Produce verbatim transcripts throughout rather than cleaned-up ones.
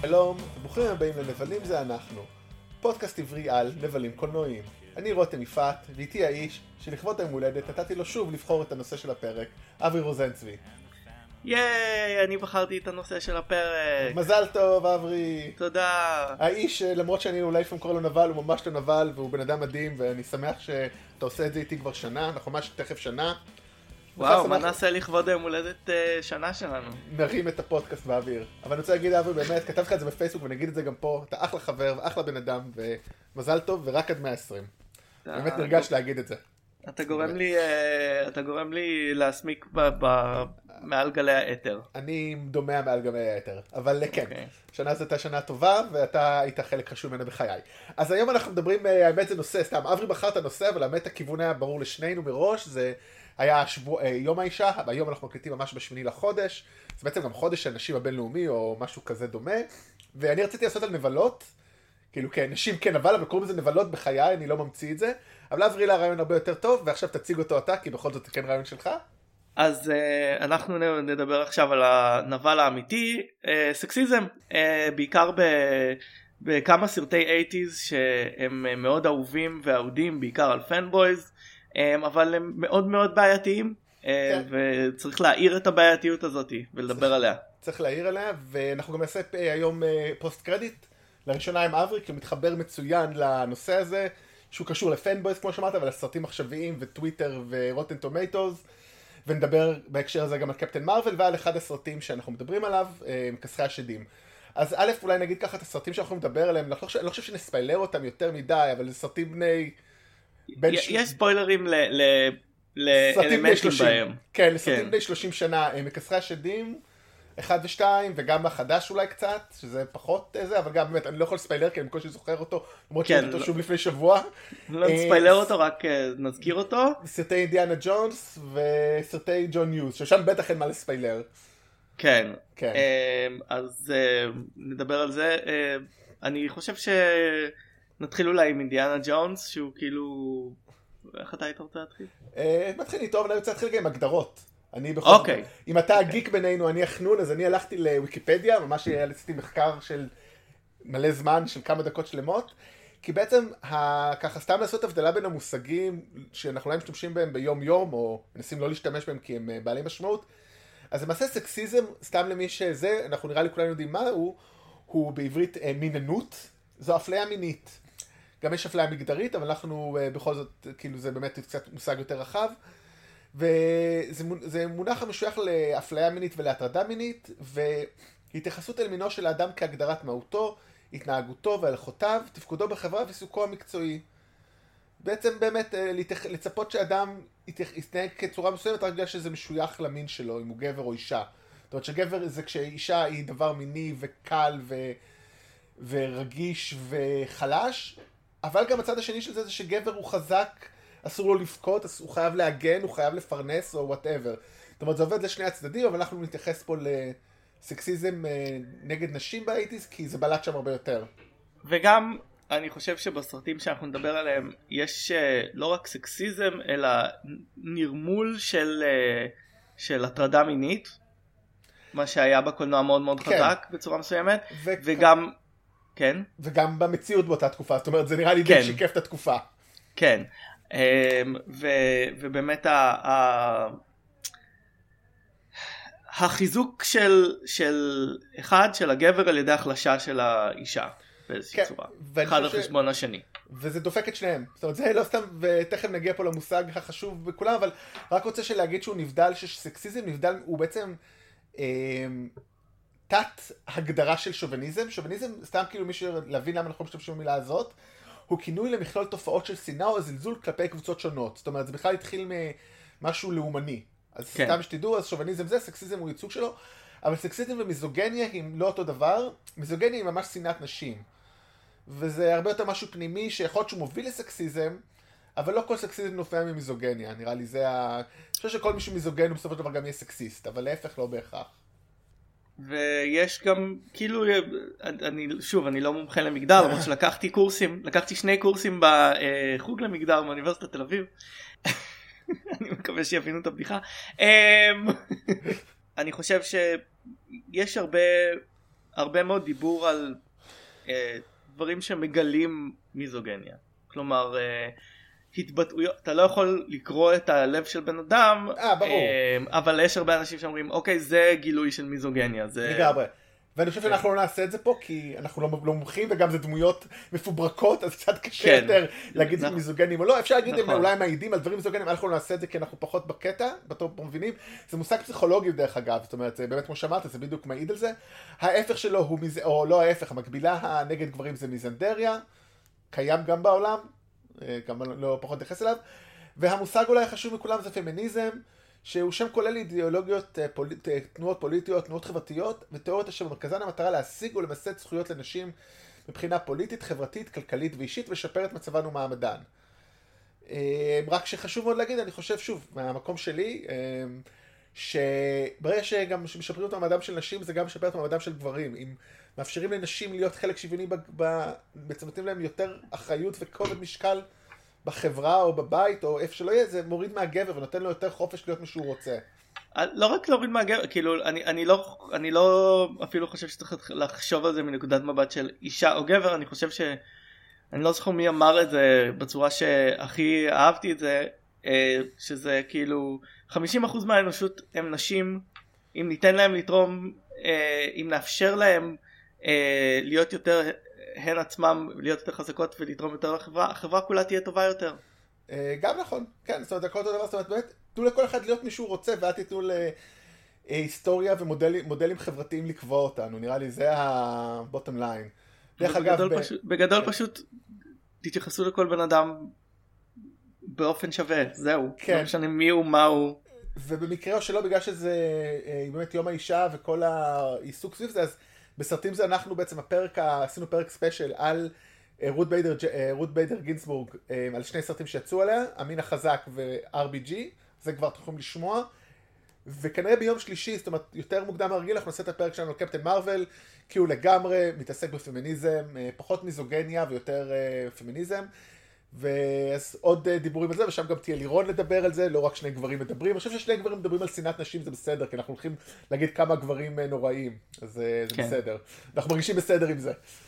שלום, ברוכים הבאים לנבלים זה אנחנו, פודקאסט עברי על נבלים קולנועיים. אני רותם יפעת, ואיתי האיש שלכבוד היום הולדת נתתי לו שוב לבחור את הנושא של הפרק, אברי רוזנצבי. ייי, אני בחרתי את הנושא של הפרק. מזל טוב אברי. תודה. האיש, למרות שאני אולי לפעמים קורא לו נבל, הוא ממש לא נבל והוא בן אדם מדהים, ואני שמח שאתה עושה את זה איתי כבר שנה, אנחנו ממש תכף שנה. וואו, מה נעשה לכבוד היום הולדת שנה שלנו? נרים את הפודקאסט באוויר. אבל אני רוצה להגיד אברי, באמת, כתב לך את זה בפייסבוק ונגיד את זה גם פה, אתה אחלה חבר ואחלה בן אדם ומזל טוב ורק עד מאה ועשרים. באמת נרגש להגיד את זה. אתה גורם לי, אתה גורם לי להסמיק מעל גלי האתר. אני דומע מעל גלי האתר, אבל כן, שנה זו הייתה שנה טובה ואתה היית חלק חשוב ממנה בחיי. אז היום אנחנו מדברים, האמת זה נושא, סתם, אברי בחר את הנושא, אבל האמת הכיוון היה ברור לשנינו מראש, זה היה שבוע, יום האישה, היום אנחנו מקליטים ממש בשמיני לחודש, זה בעצם גם חודש הנשים הבינלאומי או משהו כזה דומה, ואני רציתי לעשות על נבלות, כאילו כן, נשים כן, אבל, אבל קוראים לזה נבלות בחיי, אני לא ממציא את זה, אבל אברי לה רעיון הרבה יותר טוב, ועכשיו תציג אותו אתה, כי בכל זאת זה כן רעיון שלך. אז uh, אנחנו נדבר עכשיו על הנבל האמיתי, uh, סקסיזם, uh, בעיקר ב... בכמה סרטי שמונים שהם מאוד אהובים ואהודים, בעיקר על פנבויז, אבל הם מאוד מאוד בעייתיים, כן. וצריך להעיר את הבעייתיות הזאת ולדבר צריך, עליה. צריך להעיר עליה, ואנחנו גם נעשה היום פוסט קרדיט, לראשונה עם אברי, כי הוא מתחבר מצוין לנושא הזה, שהוא קשור לפנבויז כמו שאמרת, אבל לסרטים עכשוויים וטוויטר ורוטן טומטוז, ונדבר בהקשר הזה גם על קפטן מרוול, ועל אחד הסרטים שאנחנו מדברים עליו, מכסחי השדים. אז א', אולי נגיד ככה את הסרטים שאנחנו מדבר עליהם, אני לא חושב שנספיילר אותם יותר מדי, אבל זה סרטים בני... יש ספוילרים לאלמנטים בהם. כן, לסרטים בני שלושים שנה, מכסחי השדים, אחד ושתיים, וגם החדש אולי קצת, שזה פחות זה, אבל גם באמת, אני לא יכול לספיילר, כי אני בקושי זוכר אותו, למרות שראיתי אותו שוב לפני שבוע. לא נספיילר אותו, רק נזכיר אותו. סרטי אינדיאנה ג'ונס וסרטי ג'ון ניוז, ששם בטח אין מה לספיילר. כן, אז נדבר על זה. אני חושב שנתחיל אולי עם אינדיאנה ג'ונס, שהוא כאילו... איך אתה היית רוצה להתחיל? מתחיל איתו, אבל אני רוצה להתחיל גם עם הגדרות. אני בכל זאת, אם אתה הגיק בינינו, אני החנון, אז אני הלכתי לוויקיפדיה, ממש עשיתי מחקר של מלא זמן, של כמה דקות שלמות, כי בעצם, ככה סתם לעשות הבדלה בין המושגים, שאנחנו לא משתמשים בהם ביום יום, או מנסים לא להשתמש בהם כי הם בעלי משמעות, אז למעשה סקסיזם, סתם למי שזה, אנחנו נראה לי כולנו יודעים מה הוא, הוא בעברית מיננות, זו אפליה מינית. גם יש אפליה מגדרית, אבל אנחנו בכל זאת, כאילו זה באמת קצת מושג יותר רחב, וזה מונח המשוייך לאפליה מינית ולהטרדה מינית, והתייחסות אל מינו של האדם כהגדרת מהותו, התנהגותו והלכותיו, תפקודו בחברה ועיסוקו המקצועי. בעצם באמת לצפות שאדם יתנהג כצורה מסוימת רק בגלל שזה משוייך למין שלו, אם הוא גבר או אישה. זאת אומרת שגבר זה כשאישה היא דבר מיני וקל ו... ורגיש וחלש, אבל גם הצד השני של זה זה שגבר הוא חזק, אסור לו לבכות, הוא חייב להגן, הוא חייב לפרנס או whatever. זאת אומרת זה עובד לשני הצדדים, אבל אנחנו נתייחס פה לסקסיזם נגד נשים באייטיז, כי זה בלט שם הרבה יותר. וגם אני חושב שבסרטים שאנחנו נדבר עליהם יש לא רק סקסיזם אלא נרמול של, של הטרדה מינית, מה שהיה בקולנוע מאוד מאוד כן. חזק בצורה מסוימת, ו- וגם כן וגם במציאות באותה תקופה, זאת אומרת זה נראה לי כן. די שיקף את התקופה. כן, ו- ובאמת ה- ה- החיזוק של, של אחד של הגבר על ידי החלשה של האישה באיזושהי כן. צורה, אחד על חשבון ש... השני. וזה דופק את שניהם, זאת אומרת זה לא סתם, ותכף נגיע פה למושג החשוב בכולם, אבל רק רוצה להגיד שהוא נבדל, שסקסיזם נבדל, הוא בעצם אה, תת הגדרה של שוביניזם. שוביניזם, סתם כאילו מישהו להבין למה אנחנו משתמשים במילה הזאת, הוא כינוי למכלול תופעות של שנאה או זלזול כלפי קבוצות שונות. זאת אומרת, זה בכלל התחיל ממשהו לאומני. אז כן. סתם שתדעו, אז שוביניזם זה, סקסיזם הוא ייצוג שלו, אבל סקסיזם ומיזוגניה הם לא אותו דבר. מיזוגניה היא ממש שנאת נשים. וזה הרבה יותר משהו פנימי שיכול להיות שהוא מוביל לסקסיזם, אבל לא כל סקסיזם נופע ממיזוגניה. נראה לי זה ה... אני חושב שכל מישהו מיזוגן הוא בסופו של דבר גם יהיה סקסיסט, אבל להפך לא בהכרח. ויש גם, כאילו, אני, שוב, אני לא מומחה למגדר, למרות שלקחתי קורסים, לקחתי שני קורסים בחוג למגדר באוניברסיטת תל אביב. אני מקווה שיבינו את הבדיחה. אני חושב שיש הרבה הרבה מאוד דיבור על אה, דברים שמגלים מיזוגניה. כלומר, אה, התבטאויות, אתה לא יכול לקרוא את הלב של בן אדם, אה, ברור. אה, אבל יש הרבה אנשים שאומרים, אוקיי, זה גילוי של מיזוגניה. זה... לגמרי. ואני חושב שאנחנו לא נעשה את זה פה, כי אנחנו לא מומחים, וגם זה דמויות מפוברקות, אז קצת קשה יותר להגיד זה מיזוגנים או לא. אפשר להגיד אם אולי מעידים על דברים מיזוגנים, אנחנו לא נעשה את זה כי אנחנו פחות בקטע, בתור מבינים. זה מושג פסיכולוגי דרך אגב, זאת אומרת, זה באמת כמו שאמרת, זה בדיוק מעיד על זה. ההפך שלו הוא, או לא ההפך, המקבילה הנגד גברים זה מיזנדריה, קיים גם בעולם, גם לא פחות נכנס אליו. והמושג אולי החשוב מכולם זה פמיניזם, שהוא שם כולל אידיאולוגיות, פוליט, תנועות פוליטיות, תנועות חברתיות, ותיאוריות אשר במרכזן המטרה להשיג ולמסד זכויות לנשים מבחינה פוליטית, חברתית, כלכלית ואישית, ולשפר את מצבן ומעמדן. רק שחשוב מאוד להגיד, אני חושב שוב, מהמקום שלי, שברגע שגם משפרים את מעמדם של נשים, זה גם משפר את מעמדם של גברים. אם מאפשרים לנשים להיות חלק שוויוני, מצמתים להם יותר אחריות וכובד משקל, בחברה או בבית או איפה שלא יהיה, זה מוריד מהגבר ונותן לו יותר חופש להיות מי שהוא רוצה. לא רק להוריד מהגבר, כאילו, אני, אני לא, אני לא אפילו חושב שצריך לחשוב על זה מנקודת מבט של אישה או גבר, אני חושב ש... אני לא זוכר מי אמר את זה בצורה שהכי אהבתי את זה, שזה כאילו חמישים אחוז מהאנושות הם נשים, אם ניתן להם לתרום, אם נאפשר להם להיות יותר... הן עצמם להיות יותר חזקות ולתרום יותר לחברה, החברה כולה תהיה טובה יותר. גם נכון, כן, זאת אומרת, הכל אותו דבר, זאת אומרת, באמת, תנו לכל אחד להיות מי שהוא רוצה, ואל תיתנו להיסטוריה ומודלים חברתיים לקבוע אותנו, נראה לי, זה ה-bottom line. דרך אגב, בגדול פשוט תתייחסו לכל בן אדם באופן שווה, זהו, לא משנה מי הוא, מה הוא. ובמקרה או שלא, בגלל שזה באמת יום האישה וכל העיסוק סביב זה, אז בסרטים זה אנחנו בעצם הפרק, עשינו פרק ספיישל על רות ביידר, רות ביידר גינסבורג, על שני סרטים שיצאו עליה, המין החזק ו-אר בי ג'י, זה כבר תוכלו לשמוע, וכנראה ביום שלישי, זאת אומרת יותר מוקדם מהרגיל, אנחנו נעשה את הפרק שלנו על קפטן מרוול, כי הוא לגמרי מתעסק בפמיניזם, פחות מיזוגניה ויותר פמיניזם, ואז עוד דיבורים על זה, ושם גם תהיה לירון לדבר על זה, לא רק שני גברים מדברים. אני חושב ששני גברים מדברים על שנאת נשים זה בסדר, כי אנחנו הולכים להגיד כמה גברים נוראים, אז זה כן. בסדר. אנחנו מרגישים בסדר עם זה.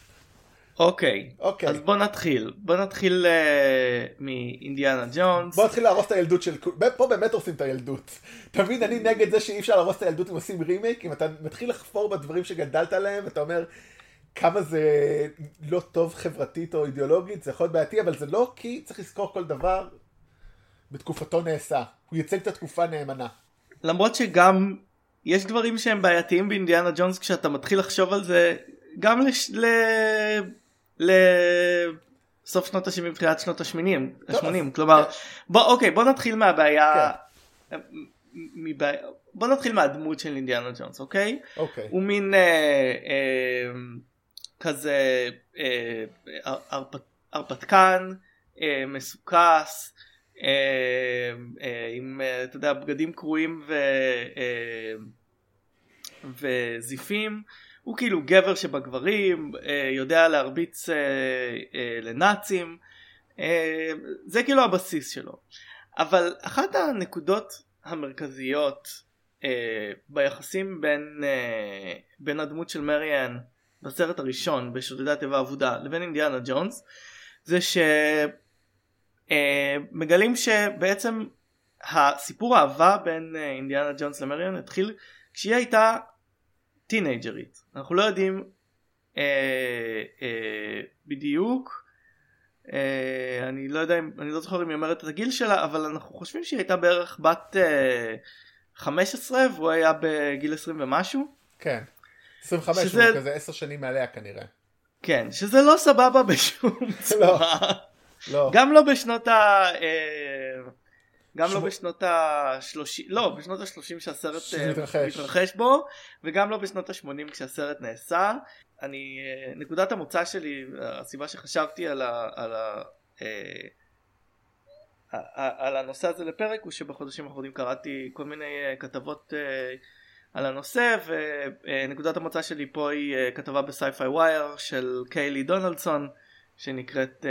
אוקיי, אוקיי. אז בוא נתחיל. בוא נתחיל uh, מאינדיאנה ג'ונס. בוא נתחיל להרוס את הילדות של... פה באמת עושים את הילדות. תמיד אני נגד זה שאי אפשר להרוס את הילדות אם עושים רימייק, אם אתה מתחיל לחפור בדברים שגדלת עליהם, ואתה אומר... כמה זה לא טוב חברתית או אידיאולוגית, זה יכול להיות בעייתי, אבל זה לא כי צריך לזכור כל דבר בתקופתו נעשה. הוא ייצג את התקופה נאמנה. למרות שגם יש דברים שהם בעייתיים באינדיאנה ג'ונס, כשאתה מתחיל לחשוב על זה, גם לש... ל... לסוף שנות ה-שבעים, תחילת שנות ה-שמונים. ה-שמונים. כלומר, בוא, אוקיי, בוא נתחיל מהבעיה... כן. מבעיה... בוא נתחיל מהדמות של אינדיאנה ג'ונס, אוקיי? אוקיי. הוא מין... אה, אה, כזה הרפתקן, מסוכס, עם, אתה יודע, בגדים קרועים וזיפים. הוא כאילו גבר שבגברים, יודע להרביץ לנאצים. זה כאילו הבסיס שלו. אבל אחת הנקודות המרכזיות ביחסים בין, בין הדמות של מריאן בסרט הראשון בשודדת טבע אבודה לבין אינדיאנה ג'ונס, זה שמגלים שבעצם הסיפור האהבה בין אינדיאנה ג'ונס למריאן התחיל כשהיא הייתה טינג'רית. אנחנו לא יודעים אה, אה, בדיוק, אה, אני לא יודע, אני לא זוכר אם היא אומרת את הגיל שלה, אבל אנחנו חושבים שהיא הייתה בערך בת אה, חמש עשרה והוא היה בגיל עשרים ומשהו. כן. עשרים וחמש, שזה... הוא כזה עשר שנים מעליה כנראה. כן, שזה לא סבבה בשום צורה. לא. גם לא בשנות ה... גם לא בשנות ה-שלושים, לא, בשנות ה-שלושים שהסרט מתרחש בו, וגם לא בשנות ה-שמונים כשהסרט נעשה. אני, נקודת המוצא שלי, הסיבה שחשבתי על ה... על ה... על הנושא הזה לפרק, הוא שבחודשים האחרונים קראתי כל מיני כתבות על הנושא, ונקודת המוצא שלי פה היא כתבה בסייפיי ווייר של קיילי דונלדסון, שנקראת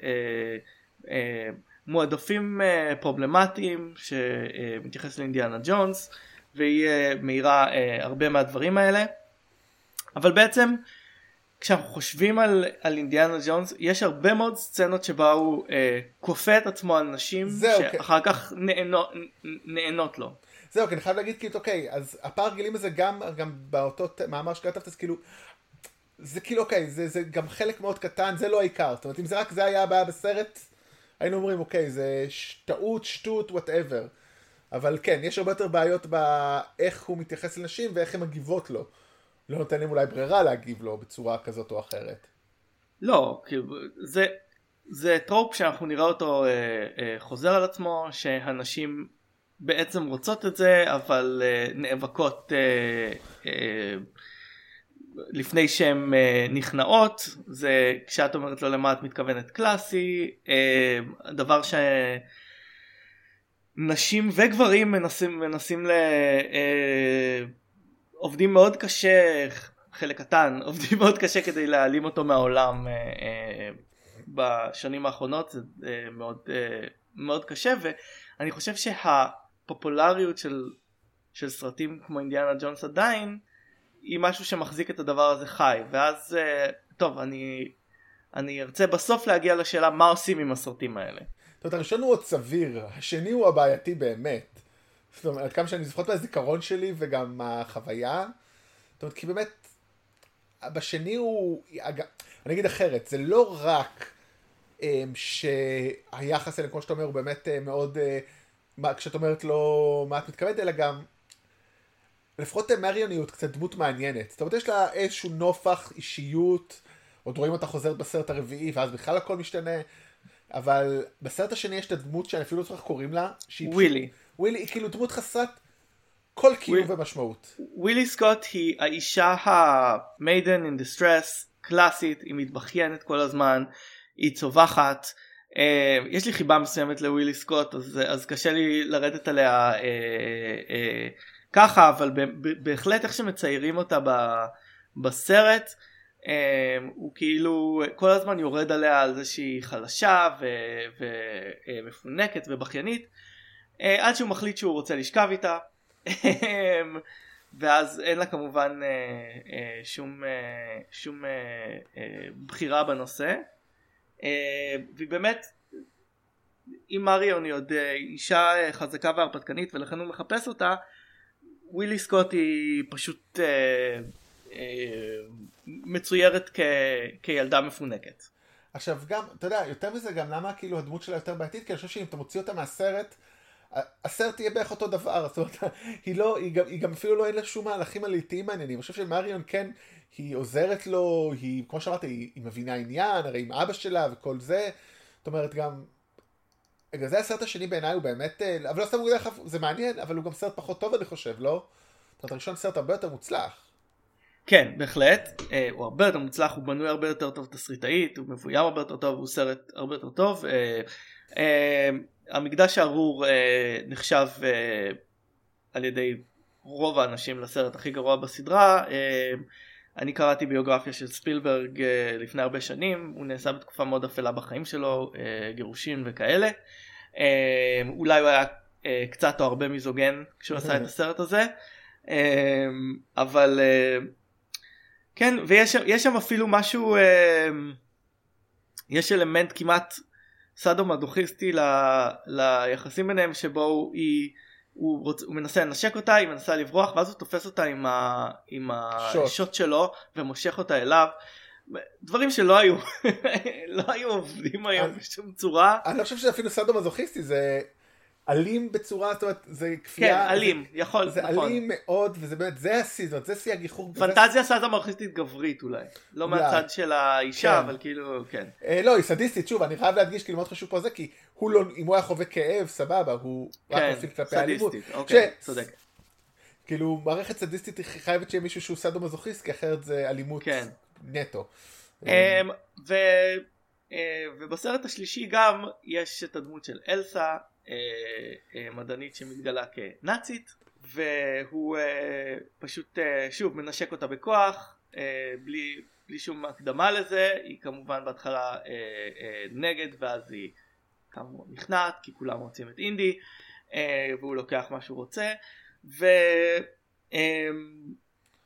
מועדפים פרובלמטיים, שמתייחס לאינדיאנה ג'ונס, והיא מאירה הרבה מהדברים האלה. אבל בעצם כשאנחנו חושבים על, על אינדיאנה ג'ונס, יש הרבה מאוד סצנות שבה הוא אה, כופה את עצמו על נשים שאחר okay. כך נהנו, נהנות לו. זהו, כי אני חייב להגיד כאילו, אוקיי, אז הפער גילים הזה גם, גם באותו מאמר שכתבת, אז כאילו, זה כאילו, אוקיי, זה, זה גם חלק מאוד קטן, זה לא העיקר. זאת אומרת, אם זה רק זה היה הבעיה בסרט, היינו אומרים, אוקיי, זה טעות, שטות, whatever. אבל כן, יש הרבה יותר בעיות באיך הוא מתייחס לנשים ואיך הן מגיבות לו. לא נותן להם אולי ברירה להגיב לו בצורה כזאת או אחרת. לא, זה, זה טרופ שאנחנו נראה אותו אה, אה, חוזר על עצמו, שהנשים בעצם רוצות את זה, אבל אה, נאבקות אה, אה, לפני שהן אה, נכנעות. זה כשאת אומרת לו למה את מתכוונת קלאסי, אה, דבר שנשים וגברים מנסים, מנסים ל... אה, עובדים מאוד קשה, חלק קטן, עובדים מאוד קשה כדי להעלים אותו מהעולם אה, אה, בשנים האחרונות, זה אה, מאוד, אה, מאוד קשה, ואני חושב שהפופולריות של, של סרטים כמו אינדיאנה ג'ונס עדיין, היא משהו שמחזיק את הדבר הזה חי, ואז, אה, טוב, אני, אני ארצה בסוף להגיע לשאלה מה עושים עם הסרטים האלה. זאת אומרת, הראשון הוא עוד סביר, השני הוא הבעייתי באמת. זאת אומרת, כמה שאני זוכרת מהזיכרון שלי וגם החוויה, זאת אומרת, כי באמת, בשני הוא, אני אגיד אחרת, זה לא רק שהיחס אליהם, כמו שאתה אומר, הוא באמת מאוד, כשאת אומרת לו מה את מתכוונת, אלא גם, לפחות מריוניות קצת דמות מעניינת. זאת אומרת, יש לה איזשהו נופח, אישיות, עוד רואים אותה חוזרת בסרט הרביעי, ואז בכלל הכל משתנה, אבל בסרט השני יש את הדמות שאני אפילו לא צריך קוראים לה, ווילי. ווילי היא כאילו דמות חסרת כל קיום ומשמעות. ווילי סקוט היא האישה ה-maiden in distress, קלאסית, היא מתבחיינת כל הזמן, היא צווחת. Uh, יש לי חיבה מסוימת לווילי סקוט, אז, אז קשה לי לרדת עליה uh, uh, ככה, אבל בהחלט איך שמציירים אותה ב- בסרט, uh, הוא כאילו כל הזמן יורד עליה על זה שהיא חלשה ומפונקת ו- uh, ובכיינית, uh, עד שהוא מחליט שהוא רוצה לשכב איתה, ואז אין לה כמובן uh, uh, שום, uh, שום uh, uh, בחירה בנושא. Uh, ובאמת אם מריון היא עוד uh, אישה uh, חזקה והרפתקנית ולכן הוא מחפש אותה, ווילי סקוט היא פשוט uh, uh, מצוירת כ- כילדה מפונקת. עכשיו גם, אתה יודע, יותר מזה גם למה כאילו הדמות שלה יותר בעתיד, כי אני חושב שאם אתה מוציא אותה מהסרט, הסרט יהיה בערך אותו דבר, זאת אומרת, היא, לא, היא, גם, היא גם אפילו לא אין לה שום מהלכים עליתיים מעניינים. אני חושב שמריון כן, היא עוזרת לו, היא, כמו שאמרת, היא, היא מבינה עניין, הרי עם אבא שלה וכל זה, זאת אומרת גם, רגע, זה הסרט השני בעיניי, הוא באמת, אבל לא סתם הוא דרך, זה מעניין, אבל הוא גם סרט פחות טוב אני חושב, לא? זאת אומרת, הראשון סרט הרבה יותר מוצלח. כן, בהחלט, הוא הרבה יותר מוצלח, הוא בנוי הרבה יותר טוב תסריטאית, הוא מבוים הרבה יותר טוב, הוא סרט הרבה יותר טוב. המקדש הארור נחשב על ידי רוב האנשים לסרט הכי גרוע בסדרה. אני קראתי ביוגרפיה של ספילברג לפני הרבה שנים, הוא נעשה בתקופה מאוד אפלה בחיים שלו, גירושים וכאלה. אולי הוא היה קצת או הרבה מיזוגן כשהוא עשה את הסרט הזה, אבל כן, ויש יש שם אפילו משהו, יש אלמנט כמעט סאדו-מדוכיסטי ל, ליחסים ביניהם, שבו הוא, היא, הוא, רוצ, הוא מנסה לנשק אותה, היא מנסה לברוח, ואז הוא תופס אותה עם, ה, עם השוט שלו ומושך אותה אליו. דברים שלא היו, לא היו עובדים היום בשום צורה. אני לא חושב שזה אפילו סאדו-מדוכיסטי, זה אלים בצורה, זאת אומרת, זה כפייה. כן, אלים, זה, יכול, זה נכון. אלים מאוד, וזה באמת, זה השיא, זאת אומרת, זה שיא הגיחור. פנטזיה סאדו-מדוכיסטית גברית אולי. לא אולי. מהצד של האישה, כן. אבל כאילו, כן. אה, לא, היא סדיסטית, שוב, אני חייב להדגיש, כאילו מאוד חשוב פה זה, כי הוא לא, אם הוא היה חווה כאב, סבבה, הוא כן, רק מפעיל כלפי האלימות. סדיסטית, אוקיי, ש... צודק. כאילו, מערכת סדיסטית היא חייבת שיהיה מישהו שהוא סאדו-מזוכיסט, כי אחרת זה אלימות כן. נטו. ו... ובסרט השלישי גם יש את הדמות של אלסה, מדענית שמתגלה כנאצית, והוא פשוט שוב מנשק אותה בכוח, בלי, בלי שום הקדמה לזה. היא כמובן בהתחלה נגד, ואז היא כמובן נכנעת, כי כולם רוצים את אינדי, והוא לוקח מה שהוא רוצה.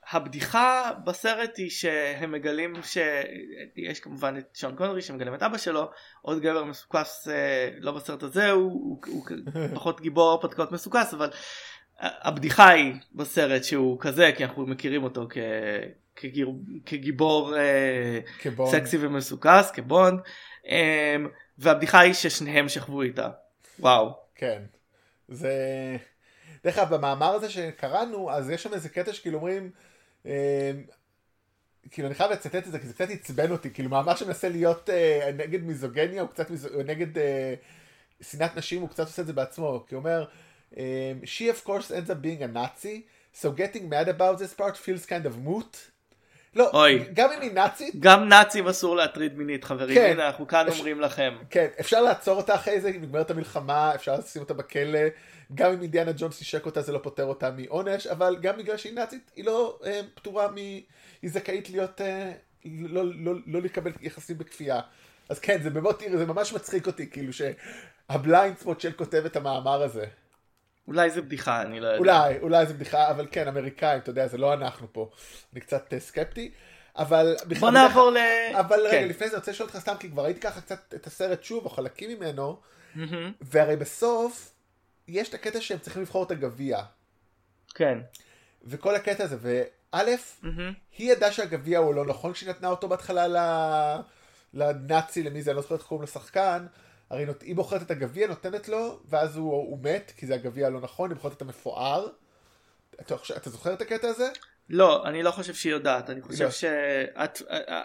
הבדיחה בסרט היא שהם מגלים שיש כמובן את שון קונרי שמגלים את אבא שלו, עוד גבר מסוכס, לא בסרט הזה, הוא, הוא, הוא פחות גיבור הרפתקאות מסוכס, אבל הבדיחה היא בסרט שהוא כזה, כי אנחנו מכירים אותו כ, כגיר, כגיבור כבונד. סקסי ומסוכס, כבונד, והבדיחה היא ששניהם שכבו איתה. וואו. כן. זה... דרך אגב, במאמר הזה שקראנו, אז יש שם איזה קטע שכאילו אומרים, אה, כאילו אני חייב לצטט את זה, כי זה קצת עצבן אותי, כאילו מאמר שמנסה להיות אה, נגד מיזוגניה, או קצת מיז... נגד אה, שנאת נשים, הוא קצת עושה את זה בעצמו, כי הוא אומר, אה, she of course ends up being a Nazi, so getting mad about this part feels kind of moot. לא, אוי. גם אם היא נאצית... גם נאצים אסור להטריד מינית, חברים. כן, הנה, אנחנו כאן אפ... אומרים לכם. כן, אפשר לעצור אותה אחרי זה, אם נגמרת המלחמה, אפשר לשים אותה בכלא, גם אם אינדיאנה ג'ונס ישק אותה, זה לא פותר אותה מעונש, אבל גם בגלל שהיא נאצית, היא לא אה, פתורה מ... היא זכאית להיות... אה, לא, לא, לא לקבל יחסים בכפייה. אז כן, זה באמת, זה ממש מצחיק אותי, כאילו שהבליינד ספוט של כותב את המאמר הזה. אולי זה בדיחה, אני לא יודע. אולי, אולי זה בדיחה, אבל כן, אמריקאים, אתה יודע, זה לא אנחנו פה. אני קצת uh, סקפטי, אבל... בוא נעבור ל... אבל כן. רגע, לפני זה אני רוצה לשאול אותך סתם, כי כבר ראיתי ככה קצת את הסרט שוב, או חלקים ממנו, mm-hmm. והרי בסוף, יש את הקטע שהם צריכים לבחור את הגביע. כן. וכל הקטע הזה, וא', mm-hmm. היא ידעה שהגביע הוא לא נכון, כשהיא נתנה אותו בהתחלה ל... לנאצי, למי זה, אני לא זוכרת איך קוראים לשחקן, הרי נות... היא בוחרת את הגביע, נותנת לו, ואז הוא, הוא מת, כי זה הגביע הלא נכון, היא בוחרת את המפואר. אתה, אתה זוכר את הקטע הזה? לא, אני לא חושב שהיא יודעת, אני חושב שאת...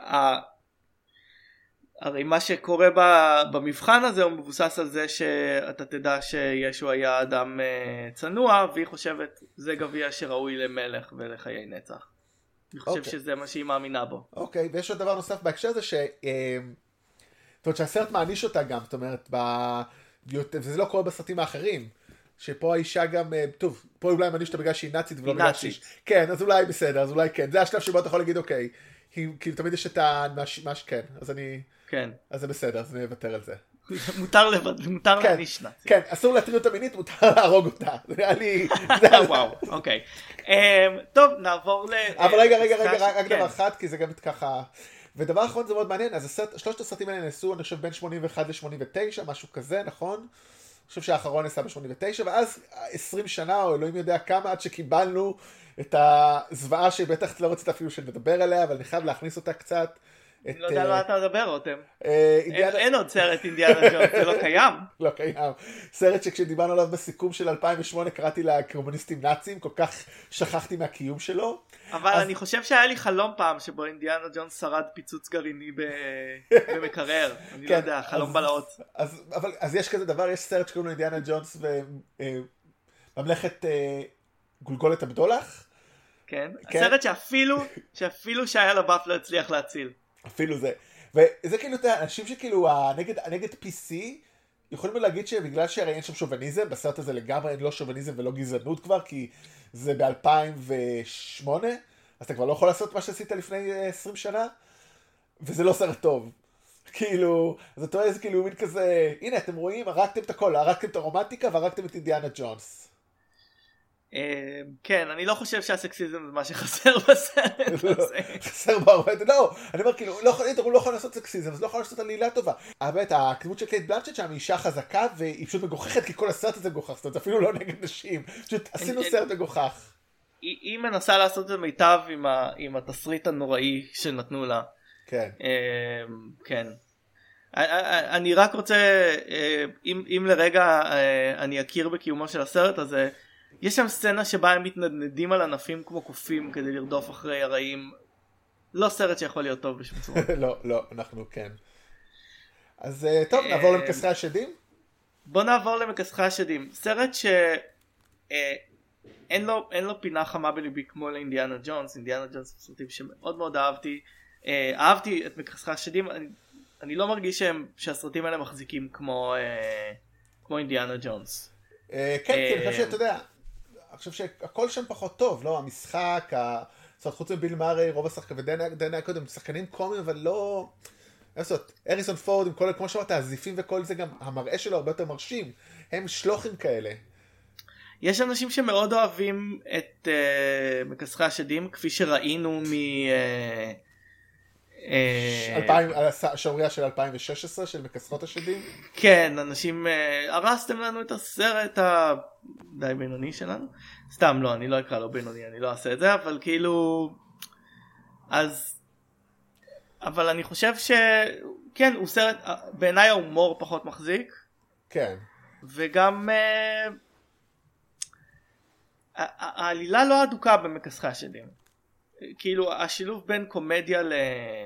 הרי מה שקורה במבחן הזה הוא מבוסס על זה שאתה תדע שישו היה אדם צנוע, והיא חושבת זה גביע שראוי למלך ולחיי נצח. אני חושב okay. שזה מה שהיא מאמינה בו. אוקיי, okay, ויש עוד דבר נוסף בהקשר זה ש... זאת אומרת שהסרט מעניש אותה גם, זאת אומרת, ב... וזה לא קורה בסרטים האחרים, שפה האישה גם, טוב, פה אולי מעניש אותה בגלל שהיא נאצית ולא בגלל שהיא... כן, אז אולי בסדר, אז אולי כן. זה השלב שבו אתה יכול להגיד, אוקיי, כאילו תמיד יש את המש... כן, אז אני... כן. אז זה בסדר, אז אני אוותר על זה. מותר לבד, מותר להעניש נאצית. כן, אסור להטריד אותה מינית, מותר להרוג אותה. זה נראה לי... וואו, אוקיי. טוב, נעבור ל... אבל רגע, רגע, רגע, רק דבר אחד, כי זה גם ככה... ודבר אחרון זה מאוד מעניין, אז הסרט, שלושת הסרטים האלה נעשו, אני חושב, בין שמונים ואחת ל-שמונים ותשע, משהו כזה, נכון? אני חושב שהאחרון נעשה ב-שמונים ותשע, ואז עשרים שנה, או אלוהים יודע כמה, עד שקיבלנו את הזוועה שבטח לא רצית אפילו שנדבר עליה, אבל אני חייב להכניס אותה קצת. אני לא יודע על מה אתה מדבר, רותם. אין עוד סרט אינדיאנה ג'ונס, זה לא קיים. לא קיים. סרט שכשדיברנו עליו בסיכום של אלפיים ושמונה, קראתי לה קומוניסטים נאצים, כל כך שכחתי מהקיום שלו. אבל אני חושב שהיה לי חלום פעם, שבו אינדיאנה ג'ונס שרד פיצוץ גרעיני במקרר. אני לא יודע, חלום בלהות. אז יש כזה דבר, יש סרט שקוראים לו אינדיאנה ג'ונס וממלכת גולגולת הבדולח. כן, הסרט שאפילו, שאפילו שהיה לבאף לא הצליח להציל. אפילו זה. וזה כאילו, אנשים שכאילו, נגד, נגד פי סי, יכולים להגיד שבגלל שהרי אין שם שוביניזם, בסרט הזה לגמרי אין לא שוביניזם ולא גזענות כבר, כי זה ב-אלפיים ושמונה, אז אתה כבר לא יכול לעשות מה שעשית לפני עשרים שנה, וזה לא סרט טוב. כאילו, אז אתה רואה איזה כאילו מין כזה, הנה אתם רואים, הרגתם את הכל, הרגתם את הרומנטיקה והרגתם את אינדיאנה ג'ונס. כן, אני לא חושב שהסקסיזם זה מה שחסר בסרט הזה. חסר בהרבה, לא, אני אומר כאילו, הוא לא יכול לעשות סקסיזם, אז לא יכול לעשות עלילה טובה. באמת, הכדמות של קייט בלנצ'ט שם היא אישה חזקה, והיא פשוט מגוחכת, כי כל הסרט הזה מגוחך, זאת אומרת, אפילו לא נגד נשים, פשוט עשינו סרט מגוחך. היא מנסה לעשות את זה מיטב עם התסריט הנוראי שנתנו לה. כן. כן. אני רק רוצה, אם לרגע אני אכיר בקיומו של הסרט הזה, יש שם סצנה שבה הם מתנדנדים על ענפים כמו קופים כדי לרדוף אחרי הרעים. לא סרט שיכול להיות טוב בשום צורה. לא, לא, אנחנו כן. אז טוב, נעבור למכסחי השדים? בוא נעבור למכסחי השדים. סרט שאין לו, אין לו פינה חמה בליבי כמו לאינדיאנה ג'ונס. אינדיאנה ג'ונס הוא סרטים שמאוד מאוד אהבתי. אהבתי את מכסחי השדים. אני, אני לא מרגיש שהם, שהסרטים האלה מחזיקים כמו, כמו אינדיאנה ג'ונס. כן, כן, אני חושב שאתה יודע, אני חושב שהכל שם פחות טוב, לא? המשחק, חוץ מביל מארי, רוב השחקנים, ודנה קודם, שחקנים קומיים, אבל לא... איך לעשות? אריסון פורד, עם כל, כמו שאמרת, הזיפים וכל זה, גם המראה שלו הרבה יותר מרשים. הם שלוחים כאלה. יש אנשים שמאוד אוהבים את uh, מכסחי השדים, כפי שראינו מ... Uh, השעוריה של אלפיים ושש עשרה של מכסחות השדים. כן, אנשים הרסתם לנו את הסרט הדי בינוני שלנו. סתם לא, אני לא אקרא לו בינוני, אני לא אעשה את זה, אבל כאילו אז אבל אני חושב שכן, הוא סרט, בעיניי ההומור פחות מחזיק. כן. וגם העלילה לא אדוקה במכסחי השדים. כאילו השילוב בין קומדיה ל...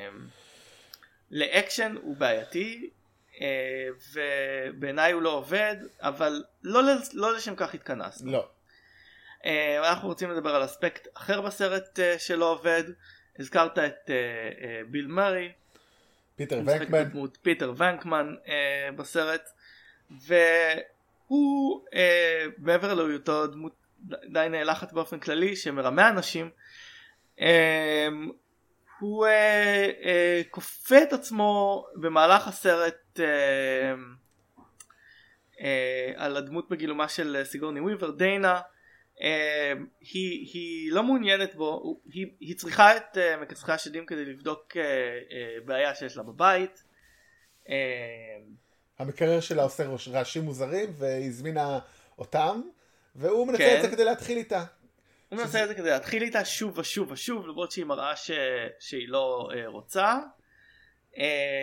לאקשן הוא בעייתי, ובעיניי הוא לא עובד, אבל לא, לא לשם כך התכנסנו. לא. אנחנו רוצים לדבר על אספקט אחר בסרט שלא עובד. הזכרת את ביל מרי, פיטר ונקמן. פיטר ונקמן בסרט, והוא מעבר להיותו דמות די נאלחת באופן כללי שמרמה אנשים, Um, הוא uh, uh, כופה את עצמו במהלך הסרט uh, uh, על הדמות בגילומה של סיגורני וויבר, דיינה. uh, היא, היא לא מעוניינת בו, היא, היא צריכה את uh, מכסחי השדים כדי לבדוק uh, uh, בעיה שיש לה בבית. uh, המקרר שלה עושה רעשים מוזרים והזמינה אותם, והוא מנסה כן. את זה כדי להתחיל איתה. הוא מנסה את זה כדי להתחיל איתה שוב ושוב ושוב, למרות שהיא מראה ש... שהיא לא uh, רוצה. Uh,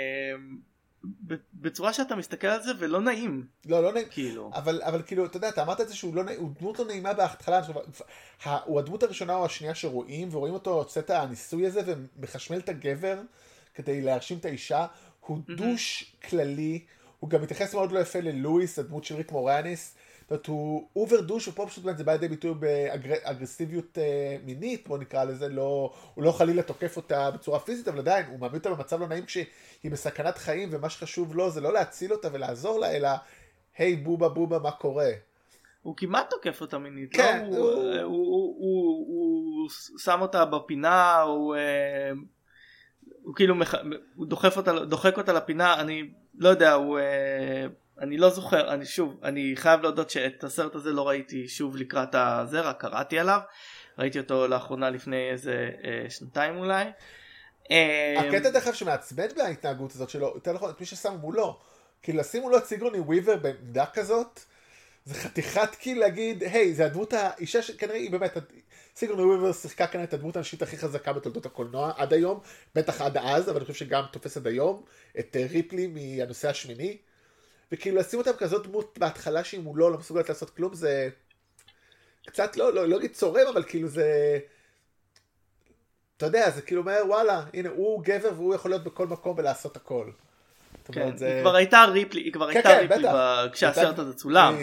בצורה שאתה מסתכל על זה ולא נעים. לא, לא נעים. כאילו. אבל, אבל כאילו, אתה יודע, אתה אמרת את זה שהוא לא נעים, הוא דמות לא נעימה בהתחלה. הוא הדמות הראשונה או השנייה שרואים, ורואים אותו עושה את הניסוי הזה ומחשמל את הגבר כדי להרשים את האישה. הוא דוש כללי, הוא גם מתייחס מאוד לא יפה ללואיס, הדמות של ריק מורניס. זאת אומרת, הוא אובר דוש, ופה פשוט זה בא לידי ביטוי באגרסיביות מינית, בוא נקרא לזה, לא, הוא לא חלילה תוקף אותה בצורה פיזית, אבל עדיין, הוא מעמיד אותה במצב לא נעים כשהיא בסכנת חיים, ומה שחשוב לו זה לא להציל אותה ולעזור לה, אלא, היי בובה בובה, מה קורה? הוא כמעט תוקף אותה מינית, כן, לא? הוא, הוא... הוא, הוא, הוא, הוא שם אותה בפינה, הוא, הוא כאילו, הוא דוחף אותה, דוחק אותה לפינה, אני לא יודע, הוא... אני לא זוכר, אני שוב, אני חייב להודות שאת הסרט הזה לא ראיתי שוב לקראת הזרע, קראתי עליו, ראיתי אותו לאחרונה לפני איזה אה, שנתיים אולי. הקטע דרך שמעצבן בהתנהגות הזאת שלו, יותר נכון, את מי ששם מולו, כאילו לשים מולו את סיגורני וויבר בעמדה כזאת, זה חתיכת כאילו להגיד, היי, זה הדמות האישה שכנראה היא באמת, סיגורני וויבר שיחקה כאן את הדמות האנשית הכי חזקה בתולדות הקולנוע עד היום, בטח עד אז, אבל אני חושב שגם תופס עד היום, את ריפלי מהנושא השמיני, וכאילו לשים אותם כזאת דמות בהתחלה שהיא מולו לא מסוגלת לעשות כלום, זה קצת לא, לא, לא להגיד צורם, אבל כאילו זה, אתה יודע, זה כאילו אומר, וואלה, הנה, הוא גבר והוא יכול להיות בכל מקום ולעשות הכל. כן, היא כבר הייתה ריפלי, היא כבר הייתה ריפלי כשהסרט הזה צולם.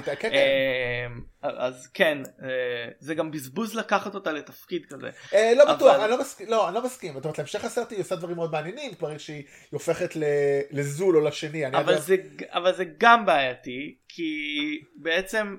אז כן, זה גם בזבוז לקחת אותה לתפקיד כזה. לא בטוח, אני לא מסכים, לא, אני לא מסכים. זאת אומרת, להמשך הסרט היא עושה דברים מאוד מעניינים, כבר שהיא הופכת לזול או לשני. אבל זה גם בעייתי, כי בעצם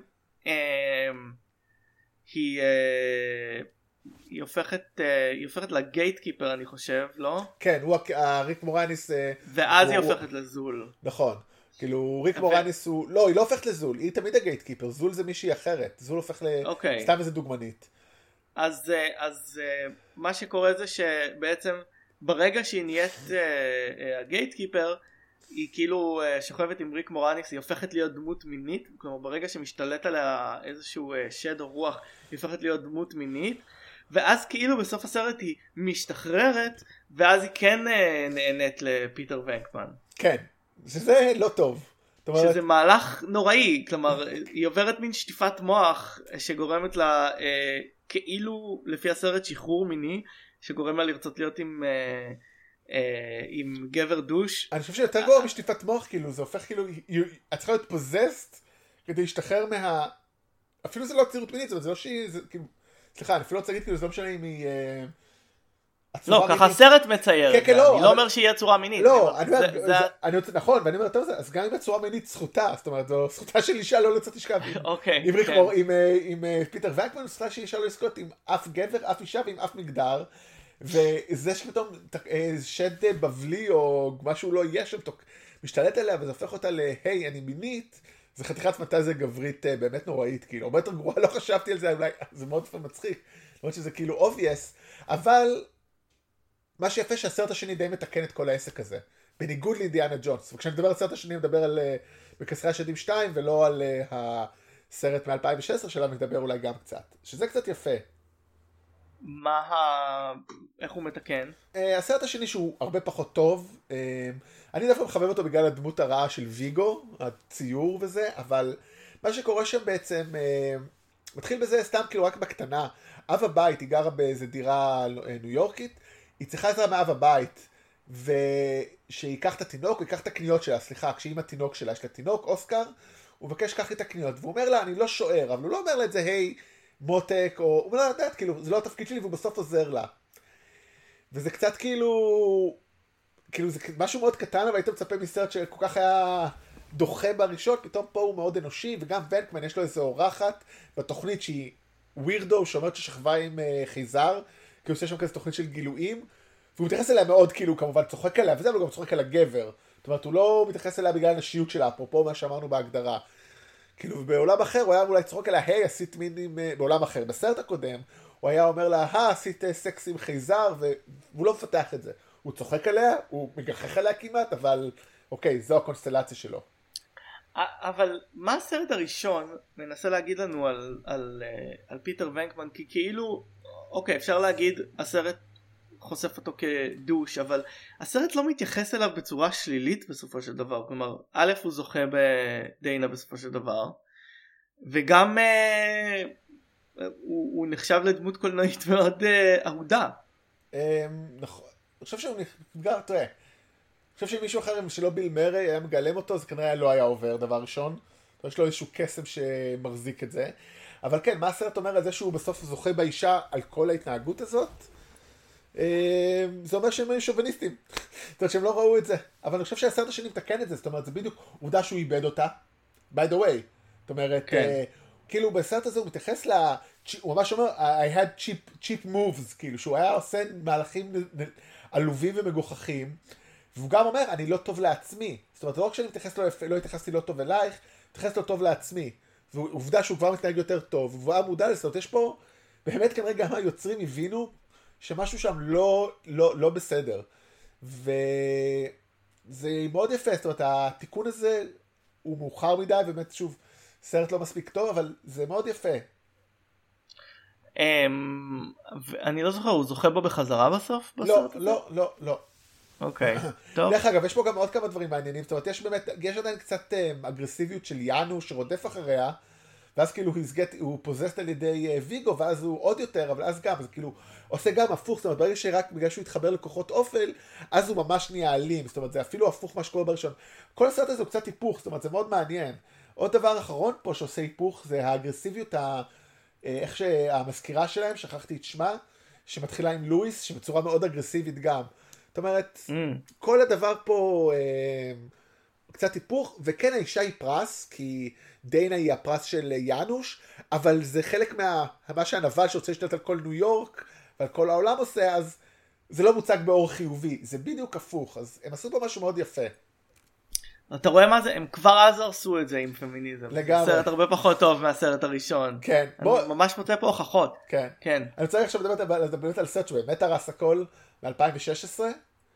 היא... היא הופכת, היא הופכת לגייט קיפר, אני חושב, לא? כן, הוא, ריק מורניס... ואז היא הופכת לזול. נכון. כאילו, ריק מורניס הוא... לא, היא לא הופכת לזול, היא תמיד הגייט קיפר, זול זה מישהי אחרת, זול הופך לסתם איזה דוגמנית. אז, אז מה שקורה זה שבעצם ברגע שהיא נהיית הגייט קיפר, היא כאילו שוכבת עם ריק מורניס, היא הופכת להיות דמות מינית, כלומר ברגע שמשתלט עליה איזשהו שד או רוח, היא הופכת להיות דמות מינית, ואז כאילו בסוף הסרט היא משתחררת, ואז היא כן נהנית לפיטר ונקמן. כן, שזה לא טוב. שזה מהלך נוראי, כלומר היא עוברת מין שטיפת מוח שגורמת לה כאילו לפי הסרט שחרור מיני, שגורם לה לרצות להיות עם... עם גבר דוש. אני חושב שיותר גרוע משטיפת מוח, כאילו זה הופך כאילו, את צריכה להיות פוזסט כדי להשתחרר מה... אפילו זה לא צירות מינית, זה לא שהיא, סליחה, אני אפילו לא רוצה להגיד, כאילו זה לא משנה אם היא... לא, ככה הסרט מצייר, אני לא אומר שהיא הצורה מינית. לא, אני רוצה, נכון, ואני אומר, טוב, אז גם אם הצורה מינית זכותה, זאת אומרת, זו זכותה של אישה לא לצאת לשכב. אוקיי. עם פיטר ונקמן, זכותה של אישה לא לזכות עם אף גבר, אף אישה ועם אף מגדר. וזה שפתאום שד בבלי או משהו לא יהיה שם משתלט עליה וזה הופך אותה להי אני מינית זה חתיכת פנטזיה גברית באמת נוראית, כאילו, הרבה יותר גרועה, לא חשבתי על זה, אולי זה מאוד מצחיק, למרות שזה כאילו obvious, אבל מה שיפה שהסרט השני די מתקן את כל העסק הזה, בניגוד לאינדיאנה ג'ונס, וכשאני מדבר על הסרט השני, אני מדבר על בכסרי השדים שתיים, ולא על הסרט מ-אלפיים ושש עשרה שלנו נדבר אולי גם קצת, שזה קצת יפה. מה ה... איך הוא מתקן? הסרט השני שהוא הרבה פחות טוב, אני דווקא מחבב אותו בגלל הדמות הרעה של ויגו, הציור וזה, אבל מה שקורה שם בעצם, מתחיל בזה סתם כאילו רק בקטנה, אב הבית, היא גרה באיזה דירה ניו יורקית, היא צריכה עזרה מאב הבית, ושיקח את התינוק, הוא ייקח את הקניות שלה, סליחה, כשאם התינוק שלה, יש לה תינוק, אוסקר, הוא מבקש קח את הקניות, והוא אומר לה, אני לא שוער, אבל הוא לא אומר לה את זה, היי, מותק, או, הוא אומר לה, דעת, כאילו, זה לא התפקיד שלי, והוא בסוף עוזר לה. וזה קצת כאילו, כאילו, זה משהו מאוד קטן, אבל היית מצפה מסרט שכל כך היה דוחה בראשון, פתאום פה הוא מאוד אנושי, וגם ונקמן יש לו איזו אורחת בתוכנית שהיא ווירדו, שאומרת ששכבה עם uh, חייזר, כאילו שיש שם כזה תוכנית של גילויים, והוא מתייחס אליה מאוד, כאילו, כמובן צוחק עליה, וזה הוא גם צוחק על הגבר. זאת אומרת, הוא לא מתייחס אליה בגלל הנשיות שלה, אפרופו מה שאמרנו בהגדרה. כאילו, בעולם אחר הוא היה אולי צוחק עליה, היי, עשית מין עם... בעולם אחר. בסרט הקודם, הוא היה אומר לה, אה, עשית סקס עם חייזר, והוא לא מפתח את זה. הוא צוחק עליה, הוא מגחך עליה כמעט, אבל אוקיי, זו הקונסטלציה שלו. אבל מה הסרט הראשון מנסה להגיד לנו על, על, על פיטר ונקמן? כי כאילו, אוקיי, אפשר להגיד, הסרט חושף אותו כדוש, אבל הסרט לא מתייחס אליו בצורה שלילית בסופו של דבר. כלומר, א' הוא זוכה בדיינה בסופו של דבר, וגם אה, הוא, הוא נחשב לדמות קולנועית מאוד אה, אהודה. נכון. אני חושב שהוא נפגר, תראה, אני חושב שמישהו אחר שלא ביל מרי היה מגלם אותו, זה כנראה לא היה עובר, דבר ראשון. יש לו איזשהו קסם שמחזיק את זה. אבל כן, מה הסרט אומר על זה שהוא בסוף זוכה באישה על כל ההתנהגות הזאת? זה אומר שהם היו שוביניסטים. זאת אומרת שהם לא ראו את זה. אבל אני חושב שהסרט השני מתקן את זה. זאת אומרת, זה בדיוק עובדה שהוא איבד אותה. by the way. זאת אומרת, כן. כאילו בסרט הזה הוא מתייחס ל... הוא ממש אומר, I had cheap, cheap moves, כאילו, שהוא היה עושה מהלכים עלובים ומגוחכים, והוא גם אומר, אני לא טוב לעצמי. זאת אומרת, לא רק שאני מתייחס לו, לא התייחסתי לא טוב אלייך, מתייחס לו טוב לעצמי. ועובדה שהוא כבר מתנהג יותר טוב, והוא היה מודע לזה. יש פה, באמת כנראה גם היוצרים הבינו, שמשהו שם לא, לא, לא בסדר. וזה מאוד יפה, זאת אומרת, התיקון הזה הוא מאוחר מדי, ובאמת שוב, סרט לא מספיק טוב, אבל זה מאוד יפה. אני לא זוכר, הוא זוכה בו בחזרה בסוף? לא, לא, לא, לא. אוקיי, טוב. דרך אגב, יש פה גם עוד כמה דברים מעניינים, זאת אומרת, יש באמת, יש עדיין קצת אגרסיביות של יאנו שרודף אחריה, ואז כאילו הוא פוזסט על ידי ויגו, ואז הוא עוד יותר, אבל אז גם, אז כאילו, עושה גם הפוך, זאת אומרת, ברגע שרק בגלל שהוא התחבר לכוחות אופל, אז הוא ממש נהיה אלים, זאת אומרת, זה אפילו הפוך מה שקורה בראשון. כל הסרט הזה הוא קצת היפוך, זאת אומרת, זה מאוד מעניין. עוד דבר אחרון פה שעושה היפוך, זה האגרסיביות, איך שהמזכירה שלהם, שכחתי את שמה, שמתחילה עם לואיס, שבצורה מאוד אגרסיבית גם. זאת אומרת, mm. כל הדבר פה אה, קצת היפוך, וכן האישה היא פרס, כי דיינה היא הפרס של יאנוש, אבל זה חלק מה, מה שהנבל שרוצה לשתת על כל ניו יורק, ועל כל העולם עושה, אז זה לא מוצג באור חיובי, זה בדיוק הפוך, אז הם עשו פה משהו מאוד יפה. אתה רואה מה זה? הם כבר אז הרסו את זה עם פמיניזם. לגמרי. סרט הרבה פחות טוב מהסרט הראשון. כן. אני בוא... ממש מוצא פה הוכחות. כן. כן. אני רוצה עכשיו לדבר באמת על סרט שבאמת הרס הכל ב-אלפיים ושש עשרה.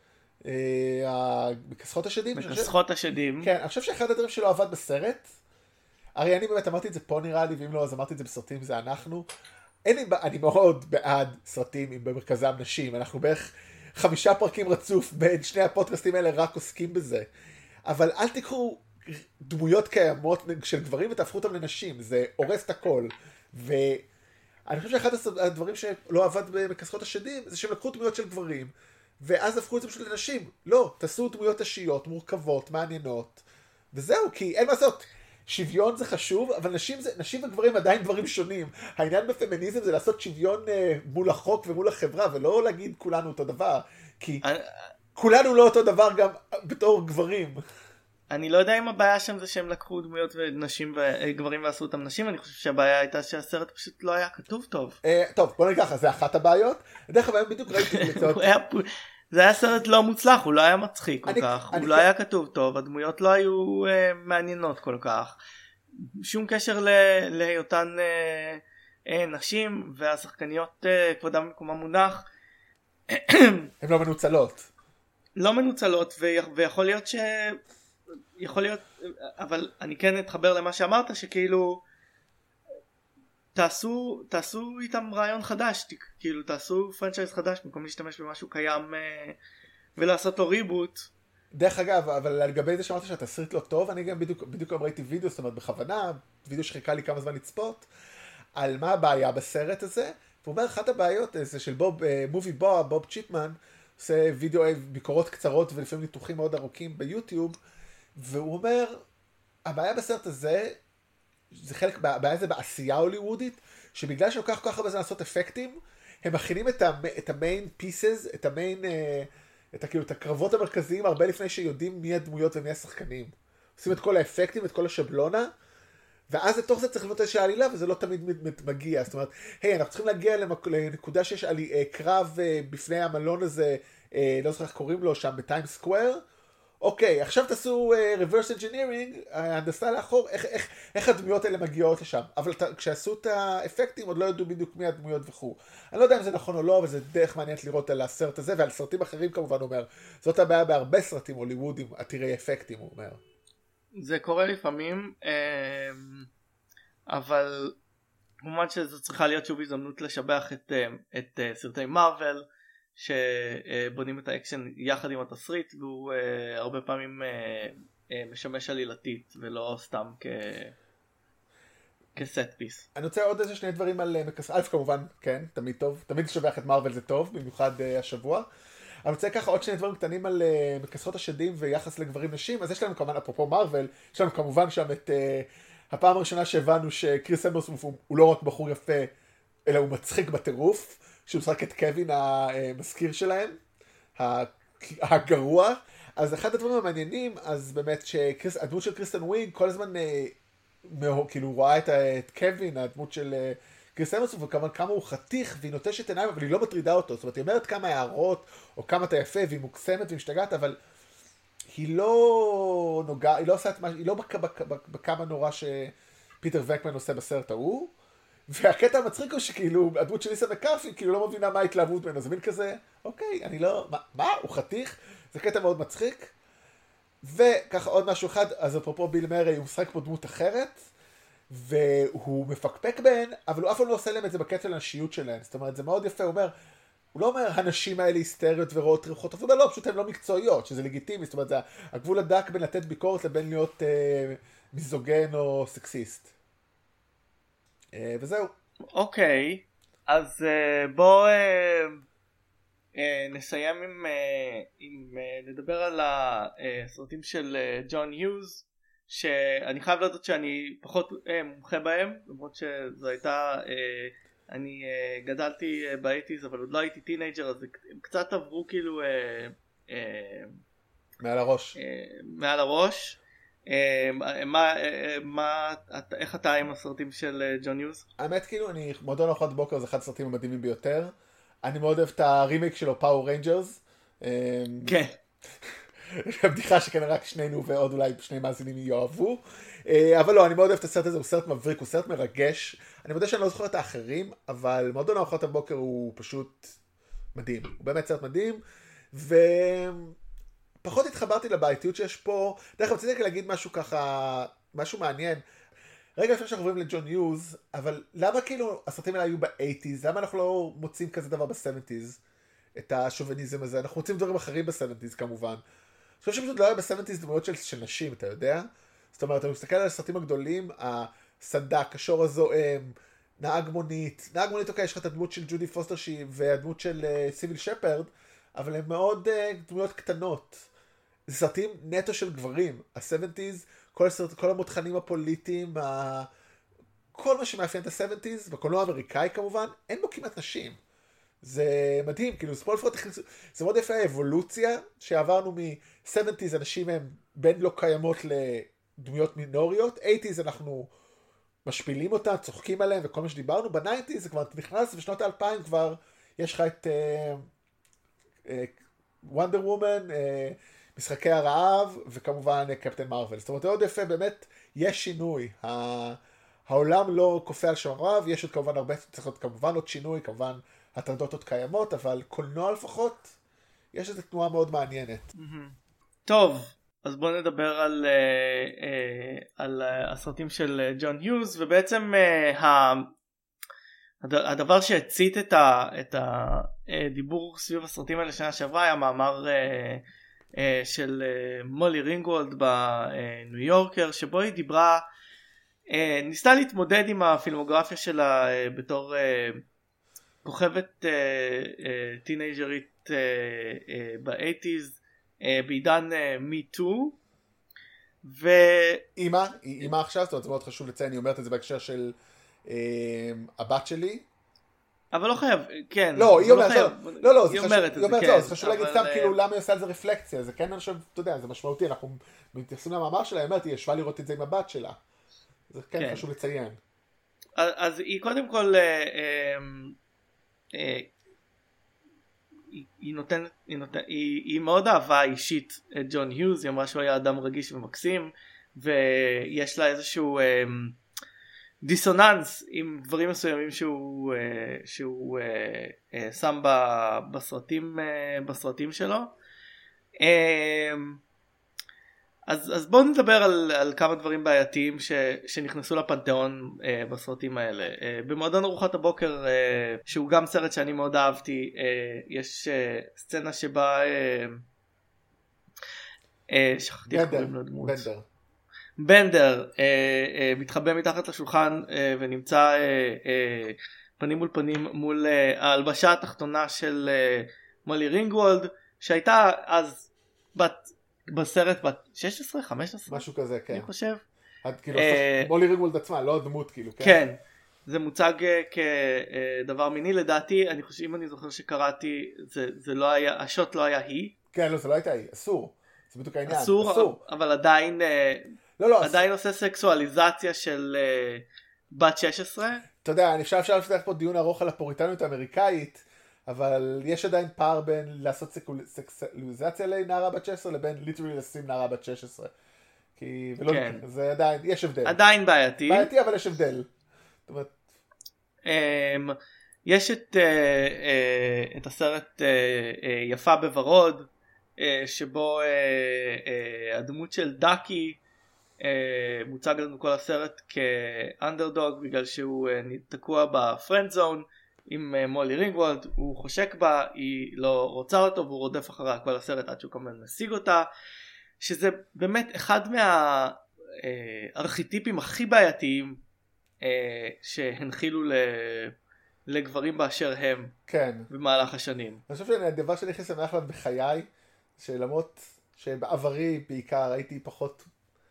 בכסחות השדים. בכסחות השדים. כן, אני חושב שאחד הדברים שלא עבד בסרט, הרי אני באמת אמרתי את זה פה נראה לי, ואם לא אז אמרתי את זה בסרטים, זה אנחנו. אין לי, אני מאוד בעד סרטים עם במרכזם נשים. אנחנו בערך חמישה פרקים רצוף בין שני הפודקאסטים האלה רק עוסקים בזה. אבל אל תיקחו דמויות קיימות של גברים ותהפכו אותם לנשים, זה הורס את הכל. ואני חושב שאחד הדברים שלא עבד בכסחות השדים, זה שהם לקחו דמויות של גברים, ואז הפכו את זה פשוט לנשים. לא, תעשו דמויות נשיות, מורכבות, מעניינות, וזהו, כי אין מה לעשות. שוויון זה חשוב, אבל נשים, זה, נשים וגברים עדיין דברים שונים. העניין בפמיניזם זה לעשות שוויון אה, מול החוק ומול החברה, ולא להגיד כולנו אותו דבר, כי... אני... כולנו לא אותו דבר גם בתור גברים. אני לא יודע אם הבעיה שם זה שהם לקחו דמויות ונשים וגברים ועשו אותם נשים, אני חושב שהבעיה הייתה שהסרט פשוט לא היה כתוב טוב. טוב, בוא נגיד ככה, זה אחת הבעיות. דרך אגב, בדיוק ראיתי לצעות. זה היה סרט לא מוצלח, הוא לא היה מצחיק כל כך, הוא לא היה כתוב טוב, הדמויות לא היו מעניינות כל כך. שום קשר להיותן אה, אה, נשים, והשחקניות אה, כבודם במקומה מונח. הן לא מנוצלות. לא מנוצלות, ויכול להיות ש... יכול להיות, אבל אני כן אתחבר למה שאמרת, שכאילו תעשו, תעשו איתם רעיון חדש, כאילו תעשו פרנצ'ייז חדש במקום להשתמש במשהו קיים ולעשות לו ריבוט. דרך אגב, אבל לגבי זה שאמרת שהתסריט לא טוב, אני גם בדיוק, בדיוק ראיתי וידאו, זאת אומרת בכוונה, וידאו שחיכה לי כמה זמן לצפות, על מה הבעיה בסרט הזה, והוא אומר, אחת הבעיות זה של בוב, מובי בוב, בוב צ'יפמן, עושה וידאו ביקורות קצרות ולפעמים ניתוחים מאוד ארוכים ביוטיוב, והוא אומר, הבעיה בסרט הזה, זה חלק, הבעיה זה בעשייה הוליוודית, שבגלל שלוקח כל כך הרבה זמן לעשות אפקטים, הם מכינים את, המ, את המיין פיסס, את המיין, את, כאילו, את הקרבות המרכזיים, הרבה לפני שיודעים מי הדמויות ומי השחקנים. עושים את כל האפקטים, את כל השבלונה, ואז לתוך זה צריך לבנות איזושהי עלילה, וזה לא תמיד מגיע. זאת אומרת, היי, אנחנו צריכים להגיע למק... לנקודה שיש עלי, קרב בפני המלון הזה, לא זוכר איך קוראים לו שם, בטיים סקוואר, אוקיי, עכשיו תעשו uh, reverse engineering, ההנדסה לאחור, איך, איך, איך הדמויות האלה מגיעות לשם. אבל כשעשו את האפקטים, עוד לא ידעו בדיוק מי הדמויות וכו'. אני לא יודע אם זה נכון או לא, אבל זה דרך מעניינת לראות על הסרט הזה, ועל סרטים אחרים כמובן הוא אומר. זאת הבעיה בהרבה סרטים הוליוודים, עתירי אפקטים, הוא אומר. זה קורה לפעמים, אבל כמובן שזו צריכה להיות שוב הזדמנות לשבח את, את סרטי מארוול, שבונים את האקשן יחד עם התסריט, והוא uh, הרבה פעמים uh, uh, משמש עלילתית ולא סתם כ... כסט פיס. אני רוצה עוד איזה שני דברים על מקס... אלף כמובן, כן, תמיד טוב, תמיד לשבח את מארוול זה טוב, במיוחד uh, השבוע. אני רוצה ככה עוד שני דברים קטנים על uh, מקסרות השדים ויחס לגברים נשים, אז יש לנו כמובן, אפרופו מארוול, יש לנו כמובן שם את uh, הפעם הראשונה שהבנו שקריס המברס הוא, הוא לא רק בחור יפה, אלא הוא מצחיק בטירוף, שהוא משחק את קווין המזכיר שלהם, הגרוע. אז אחד הדברים המעניינים, אז באמת שהדמות של קריסטן וויג כל הזמן כאילו רואה את קווין, הדמות של קריס אמרסון, וכמובן כמה הוא חתיך והיא נוטשת עיניים, אבל היא לא מטרידה אותו. זאת אומרת, היא אומרת כמה הערות, או כמה אתה יפה, והיא מוקסמת והיא משתגעת, אבל היא לא נוגע, היא לא עושה את מה, היא לא בכמה נורא שפיטר וקמן עושה בסרט ההוא. והקטע המצחיק הוא שכאילו, הדמות של ליסה מקארפי, כאילו לא מבינה מה ההתלהבות ממנו, זה מין כזה, אוקיי, אני לא, מה, מה, הוא חתיך? זה קטע מאוד מצחיק. וככה עוד משהו אחד, אז אפרופו ביל מרי, הוא משחק פה דמות אחרת, והוא מפקפק בהן, אבל הוא אף פעם לא עושה להם את זה בקטע של הנשיות שלהן. זאת אומרת, זה מאוד יפה, הוא אומר, הוא לא אומר, הנשים האלה היסטריות ורואות ריחות, הוא אומר, לא, פשוט הן לא מקצועיות, שזה לגיטימי, זאת אומרת, זה הגבול הדק בין לתת ביקורת לבין להיות אה, מיזוגן או סקסיסט. וזהו. אוקיי, אז בוא נסיים עם, עם לדבר על הסרטים של ג'ון היוז, שאני חייב לדעת שאני פחות מומחה בהם, למרות שזו הייתה, אני גדלתי באייטיז אבל עוד לא הייתי טינייג'ר, אז הם קצת עברו כאילו מעל הראש. מעל הראש. מה, מה, איך אתה עם הסרטים של ג'ון יוז? האמת כאילו, אני מועדון ארוחת בוקר זה אחד הסרטים המדהימים ביותר. אני מאוד אוהב את הרימייק שלו, פאוור ריינג'רס. כן. הבדיחה שכנראה רק שנינו ועוד אולי שני מאזינים יאהבו. אבל לא, אני מאוד אוהב את הסרט הזה, הוא סרט מבריק, הוא סרט מרגש. אני מודה שאני לא זוכר את האחרים, אבל מועדון ארוחת הבוקר הוא פשוט מדהים. הוא באמת סרט מדהים. ו... פחות התחברתי לבעייתיות שיש פה. דרך כלל רציתי להגיד משהו ככה, משהו מעניין. רגע לפני שאנחנו עוברים לג'ון יוז, אבל למה כאילו הסרטים האלה היו ב-שמונים? למה אנחנו לא מוצאים כזה דבר ב-שבעים? את השוביניזם הזה. אנחנו מוצאים דברים אחרים ב-שבעים כמובן. אני חושב שפשוט לא היה ב-שבעים דמויות של, של נשים, אתה יודע? זאת אומרת, אני מסתכל על הסרטים הגדולים, הסנדק, השור הזועם, נהג מונית. נהג מונית, אוקיי, יש לך את הדמות של ג'ודי פוסטר והדמות של uh, סיביל שפרד, אבל הן מאוד uh, דמויות קטנות. זה סרטים נטו של גברים. ה-שבעים, כל, הסרט, כל המותחנים הפוליטיים, ה... כל מה שמאפיין את ה-שבעים, בקולנוע האמריקאי כמובן, אין בו כמעט נשים. זה מדהים, כאילו ספול פרוט, זה מאוד יפה האבולוציה, שעברנו מ-שבעים, אנשים הם בין לא קיימות לדמויות מינוריות, שמונים אנחנו משפילים אותם, צוחקים עליהם וכל מה שדיברנו, ב-תשעים זה כבר נכנס, בשנות ה-אלפיים כבר יש לך את... וונדר וומן, משחקי הרעב, וכמובן קפטן מרוול. זאת אומרת, זה עוד יפה, באמת, יש שינוי. העולם לא קופא על שמריו, יש עוד כמובן הרבה, צריך להיות כמובן עוד שינוי, כמובן הטרדות עוד קיימות, אבל קולנוע לפחות, יש איזו תנועה מאוד מעניינת. טוב, אז בואו נדבר על, על הסרטים של ג'ון היוז, ובעצם הדבר שהצית את הדיבור סביב הסרטים האלה שנה שעברה, היה מאמר של מולי רינגוולד בניו יורקר, שבו היא דיברה, ניסתה להתמודד עם הפילמוגרפיה שלה בתור כוכבת טינג'רית ב-שמונים, בעידן מי טו. אימא, אימא עכשיו, זאת אומרת, זה מאוד חשוב לציין, אני אומרת את זה בהקשר של הבת שלי. אבל לא חייב, כן. לא, היא אומרת, לא, לא, היא אומרת את זה, כן. זה חשוב להגיד סתם, כאילו, למה היא עושה על זה רפלקציה, זה כן, אני חושב, אתה יודע, זה משמעותי, אנחנו מתייחסים למאמר שלה, היא אומרת, היא ישבה לראות את זה עם הבת שלה. זה כן חשוב לציין. אז היא קודם כל, היא נותנת, היא מאוד אהבה אישית את ג'ון היוז, היא אמרה שהוא היה אדם רגיש ומקסים, ויש לה איזשהו דיסוננס עם דברים מסוימים שהוא, שהוא שם בסרטים, בסרטים שלו. אז, אז בואו נדבר על, על כמה דברים בעייתיים ש, שנכנסו לפנתיאון אה, בסרטים האלה. אה, במועדון ארוחת הבוקר, אה, שהוא גם סרט שאני מאוד אהבתי, אה, יש אה, סצנה שבה אה, אה, שכחתי איך קוראים לו דמות. בנדר. בנדר אה, אה, מתחבא מתחת לשולחן אה, ונמצא אה, אה, פנים מול פנים מול אה, ההלבשה התחתונה של אה, מולי רינגוולד, שהייתה אז בת... בסרט בת שש עשרה חמש עשרה משהו כזה, כן. אני חושב. כאילו, מולי רינגוולד עצמה, לא דמות, כאילו, כן. כן, זה מוצג כדבר מיני, לדעתי, אני חושב, אם אני זוכר שקראתי, זה לא היה, השוט לא היה היא. כן, לא, זה לא הייתה היא, אסור. זה בדיוק העניין, אסור. אבל עדיין, עדיין עושה סקסואליזציה של בת שש עשרה. אתה יודע, אני אפשר לפתח פה דיון ארוך על הפוריטניות האמריקאית, אבל יש עדיין פער בין לעשות סקסואליזציה לנערה בת שש עשרה לבין ליטרלי לשים נערה בת שש עשרה. כי, ולא, כן. זה עדיין, יש הבדל. עדיין בעייתי. בעייתי, אבל יש הבדל. זאת אומרת... יש את, את הסרט יפה בוורוד, שבו הדמות של דאקי מוצג לנו כל הסרט כאנדרדוג, בגלל שהוא תקוע בפרנד זון, עם מולי רינגוולד, הוא חושק בה, היא לא רוצה אותו, והוא רודף אחריה כל הסרט עד שהוא כמובן משיג אותה, שזה באמת אחד מהארכיטיפים הכי בעייתיים שהנחילו לגברים באשר הם, כן. במהלך השנים. אני חושב שהדבר שאני הכי שמח עליו בחיי, שלמרות שבעברי בעיקר הייתי פחות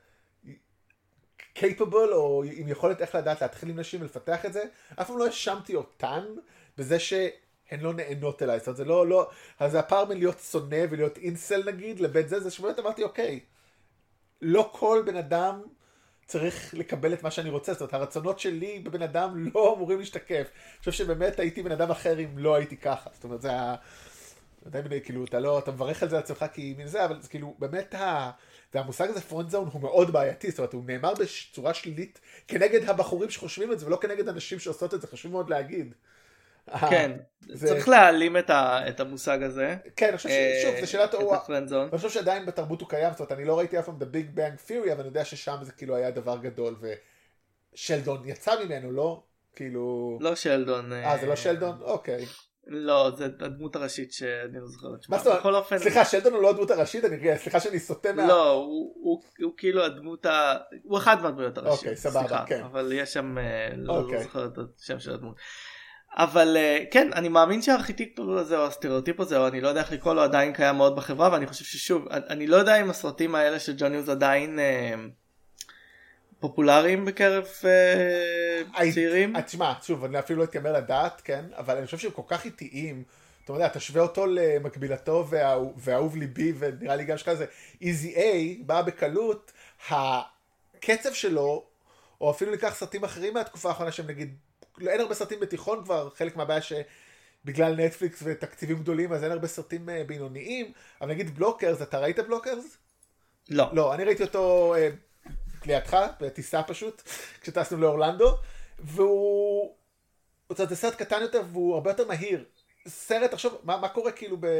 capable, או עם יכולת איך לדעת להתחיל עם נשים ולפתח את זה, אף פעם לא האשמתי אותן בזה שהן לא נהנות אליי. זאת אומרת, זה לא, לא, אז זה הפער בין להיות שונא ולהיות אינסל נגיד, לבין זה, זה שבאמת אמרתי, אוקיי, לא כל בן אדם צריך לקבל את מה שאני רוצה. זאת אומרת, הרצונות שלי בבן אדם לא אמורים להשתקף. אני חושב שבאמת הייתי בן אדם אחר אם לא הייתי ככה. זאת אומרת, זה ה... כאילו, אתה לא, אתה מברך על זה לעצמך כי מן זה, אבל זה כאילו, באמת ה... והמושג הזה פרונד זון הוא מאוד בעייתי, זאת אומרת, הוא נאמר בצורה שלילית כנגד הבחורים שחושבים את זה, ולא כנגד אנשים שעושות את זה, חשוב מאוד להגיד. כן, זה... צריך להעלים את, ה... את המושג הזה. כן, אני חושב ששוב, זה שאלת אור. אני חושב שעדיין בתרבות הוא קיים, זאת אומרת, אני לא ראיתי אף פעם The Big Bang Theory, אבל אני יודע ששם זה כאילו היה דבר גדול, ושלדון יצא ממנו, לא? כאילו... לא שלדון. אה, זה לא שלדון? אוקיי. לא, זה הדמות הראשית שאני לא זוכר. מה זאת אומרת? סליחה, שלדון הוא לא הדמות הראשית? סליחה שאני סוטה מה... לא, הוא כאילו הדמות ה... הוא אחד מהדמויות הראשית. אוקיי, סבבה, כן. אבל יש שם... לא זוכר את השם של הדמות. אבל כן, אני מאמין שהארכיטיפ הזה או הסטריאוטיפ הזה, או אני לא יודע איך לקרוא לו, עדיין קיים מאוד בחברה, ואני חושב ששוב, אני לא יודע אם הסרטים האלה של ג'ון היוז עדיין פופולריים בקרב צעירים. תשמע, שוב, אני אפילו לא אתיימר לדעת, כן, אבל אני חושב שהם כל כך איטיים, אתה יודע, תשווה אותו למקבילתו והאהוב ליבי, ונראה לי גם שלך זה, איזי איי באה בקלות, הקצב שלו, או אפילו לקח סרטים אחרים מהתקופה האחרונה שהם נגיד, אין הרבה סרטים בתיכון כבר, חלק מהבעיה בגלל נטפליקס ותקציבים גדולים, אז אין הרבה סרטים בינוניים, אבל נגיד בלוקרס, אתה ראית בלוקרס? לא. לא, אני ראיתי אותו לידך, בטיסה פשוט, כשטסנו לאורלנדו, והוא, זה סרט קטן יותר, והוא הרבה יותר מהיר. סרט, עכשיו, מה, מה קורה כאילו ב...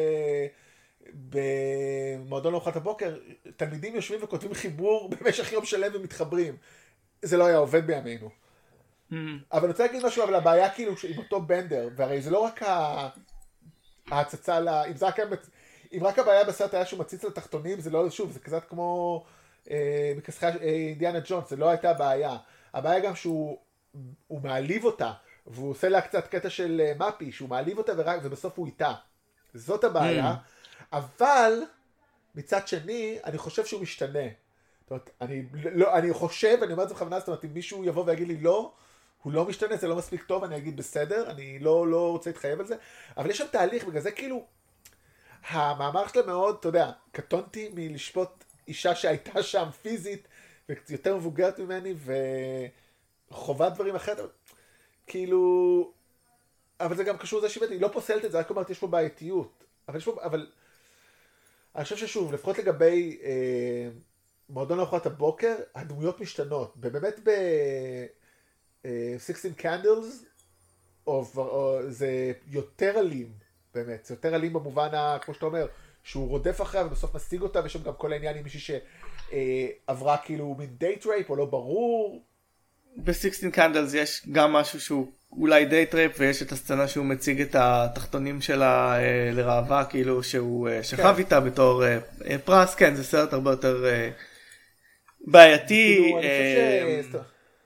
במועדון ארוחת הבוקר, תלמידים יושבים וכותבים חיבור במשך יום שלם ומתחברים. זה לא היה עובד בימינו. Mm. אבל אני רוצה להגיד משהו, אבל הבעיה כאילו עם אותו בנדר, והרי זה לא רק ההצצה, לה... אם, רק... אם רק הבעיה בסרט היה שהוא מציץ לתחתונים, זה לא, שוב, זה קצת כמו אה, מכסחי אה, אינדיאנה ג'ונס, זה לא הייתה הבעיה. הבעיה גם שהוא הוא מעליב אותה, והוא עושה לה קצת קטע של אה, מפי, שהוא מעליב אותה ורק, ובסוף הוא איתה. זאת הבעיה. Mm. אבל מצד שני, אני חושב שהוא משתנה. זאת אומרת, אני, לא, אני חושב, אני אומר את זה בכוונה, זאת אומרת, אם מישהו יבוא ויגיד לי לא, הוא לא משתנה, זה לא מספיק טוב, אני אגיד בסדר, אני לא, לא רוצה להתחייב על זה, אבל יש שם תהליך, בגלל זה כאילו, המאמר שלה מאוד, אתה יודע, קטונתי מלשפוט אישה שהייתה שם פיזית, ויותר מבוגרת ממני, וחובה דברים אחרת, כאילו, אבל זה גם קשור לזה שבאמת, אני לא פוסלת את זה, רק אומרת, יש פה בעייתיות, אבל יש פה, אבל, אני חושב ששוב, לפחות לגבי אה, מועדון ארוחת הבוקר, הדמויות משתנות. באמת ב-שיקסטין uh, Candles, או, או, זה יותר אלים, באמת. זה יותר אלים במובן, ה, כמו שאתה אומר, שהוא רודף אחריה ובסוף משיג אותה, ויש שם גם כל העניין עם מישהי שעברה כאילו מין דייט רייפ, או לא ברור. ב-שיקסטין Candles יש גם משהו שהוא אולי דייט רייפ, ויש את הסצנה שהוא מציג את התחתונים שלה אה, לראווה, כאילו שהוא אה, שכב כן. איתה בתור אה, אה, פרס, כן, זה סרט הרבה יותר אה, בעייתי. כאילו, אני אה... חושב ש...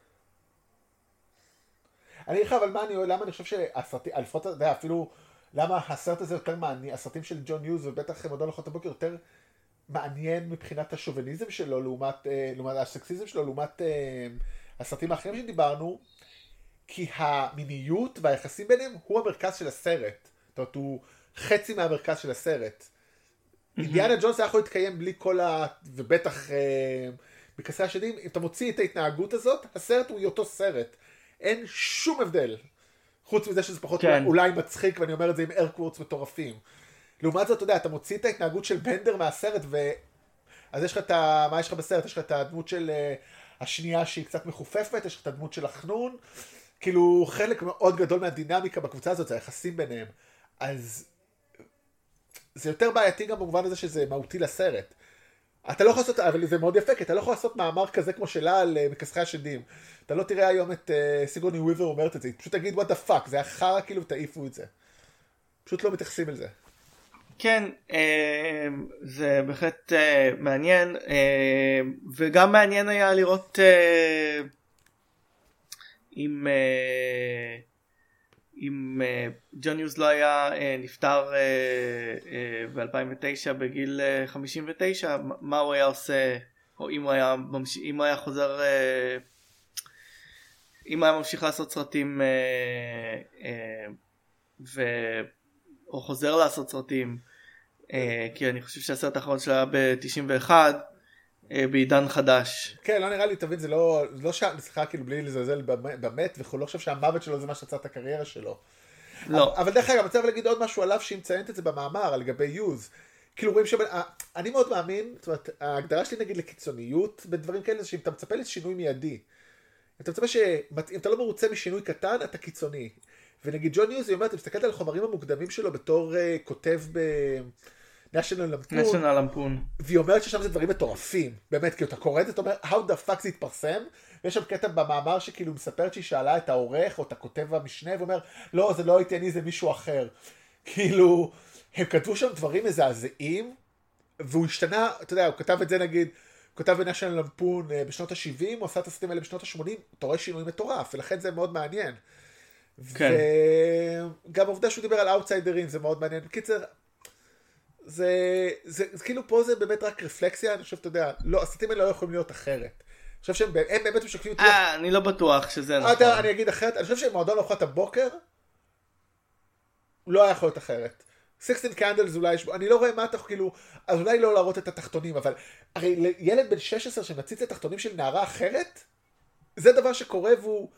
אני אגיד לך, אבל מה אני, למה אני חושב שהסרטים, לפחות, אתה יודע, אפילו, למה הסרט הזה יותר מעניין, הסרטים של ג'ון יוז, ובטח מועדון ארוחת הבוקר, יותר מעניין מבחינת השוביניזם שלו, לעומת, אה, לעומת הסקסיזם שלו, לעומת אה, הסרטים האחרים שדיברנו, כי המיניות והיחסים ביניהם הוא המרכז של הסרט. זאת אומרת, הוא חצי מהמרכז של הסרט. אינדיאנה ג'ונס היה יכול להתקיים בלי כל ה... ובטח אה, בכסרי השדים, אם אתה מוציא את ההתנהגות הזאת, הסרט הוא אותו סרט. אין שום הבדל. חוץ מזה שזה פחות כן. אולי מצחיק, ואני אומר את זה עם ארקוורטס מטורפים. לעומת זאת, אתה יודע, אתה מוציא את ההתנהגות של בנדר מהסרט, ו... אז יש לך את ה... מה יש לך בסרט? יש לך את הדמות של uh, השנייה שהיא קצת מחופפת, יש לך את הדמות של החנון, כאילו חלק מאוד גדול מהדינמיקה בקבוצה הזאת, זה היחסים ביניהם. אז זה יותר בעייתי גם במובן הזה שזה מהותי לסרט. אתה לא יכול לעשות, אבל זה מאוד יפה, כי אתה לא יכול לעשות מאמר כזה כמו שלה על uh, מכסחי השדים. אתה לא תראה היום את uh, סיגוני וויבר אומרת את זה, פשוט תגיד what the fuck, זה החרא כאילו ותעיפו את זה. פשוט לא מתייחסים אל זה. כן, זה בהחלט מעניין, וגם מעניין היה לראות אם אם ג'ון יוז לא היה נפטר ב-אלפיים ותשע בגיל חמישים ותשע, מה הוא היה עושה, או אם הוא היה, אם הוא היה חוזר, אם הוא היה ממשיך לעשות סרטים ו... או חוזר לעשות סרטים, כי אני חושב שהסרט האחרון שלה ב-תשעים ואחת, בעידן חדש. כן, לא נראה לי, תבין, זה לא, לא שעה, כאילו בלי לזלזל במת, וכו לא חושב שהמוות שלו זה מה שצא את הקריירה שלו. לא. אבל דרך אגב, אני רוצה להגיד עוד משהו עליו, שהיא מציינת את זה במאמר, על גבי יוז. כאילו רואים שבין, אני מאוד מאמין, זאת אומרת, ההגדרה שלי נגיד לקיצוניות, בדברים כאלה, זה שאם אתה מצפה לשינוי מיידי. אם אתה מצפה ש... אם אתה לא מרוצה משינוי קטן, אתה קיצוני. ונגיד ג'ון ניוז, היא אומרת, היא מסתכלת על החומרים המוקדמים שלו בתור uh, כותב ב-National Lampoon. National Lampoon. והיא אומרת ששם זה דברים מטורפים. באמת, כי אתה קורא את זה, אתה אומר, how the fuck זה התפרסם? ויש שם קטע במאמר שכאילו מספרת שהיא שאלה את העורך, או את הכותב המשנה, ואומר, לא, זה לא הייתי אני, זה מישהו אחר. כאילו, הם כתבו שם דברים מזעזעים, והוא השתנה, אתה יודע, הוא כתב את זה נגיד, הוא כתב ב-National Lampoon בשנות ה-שבעים, הוא עשה את הסרטים האלה בשנות ה-שמונים, אתה רואה שינוי מטורף, ולכן זה מאוד מעניין. כן. וגם עובדה שהוא דיבר על אאוטסיידרים, זה מאוד מעניין. בקיצר, זה, זה, זה כאילו פה זה באמת רק רפלקסיה, אני חושב, אתה יודע, לא, הסרטים האלה לא יכולים להיות אחרת. אני חושב שהם הם באמת משקפים... אה, אני לא בטוח שזה נכון. אני אגיד אחרת, אני חושב שמועדון ארוחת הבוקר, לא היה יכול להיות אחרת. שיקסטין Candles אולי, אני לא רואה מה אתה, כאילו, אז אולי לא להראות את התחתונים, אבל הרי ילד בן שש עשרה שמציץ את התחתונים של נערה אחרת, זה דבר שקורה והוא...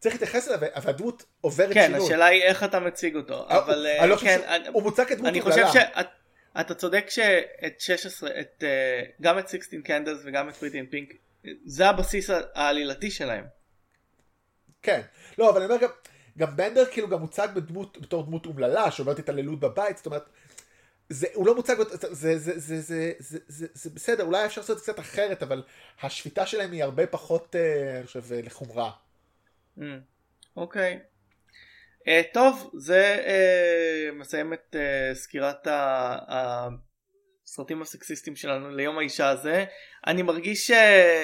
צריך להתייחס אליו, והדמות עוברת כן, שינוי. כן, השאלה היא איך אתה מציג אותו, אבל לא כן, שהוא, הוא מוצג כדמות אני חושב שאתה צודק שאת שש עשרה, את, גם את שש עשרה Candles וגם את Pretty in Pink, זה הבסיס העלילתי שלהם. כן, לא, אבל אני אומר גם, גם בנדר כאילו גם מוצג בדמות, בתור דמות אומללה, שעוברת התעללות בבית, זאת אומרת, זה, הוא לא מוצג, זה, זה, זה, זה, זה, זה, זה, זה בסדר, אולי אפשר לעשות את זה קצת אחרת, אבל השפיטה שלהם היא הרבה פחות, אני חושב, לחומרה. אוקיי. טוב, זה uh, מסיים את uh, סקירת הסרטים הסקסיסטיים שלנו ליום האישה הזה. אני מרגיש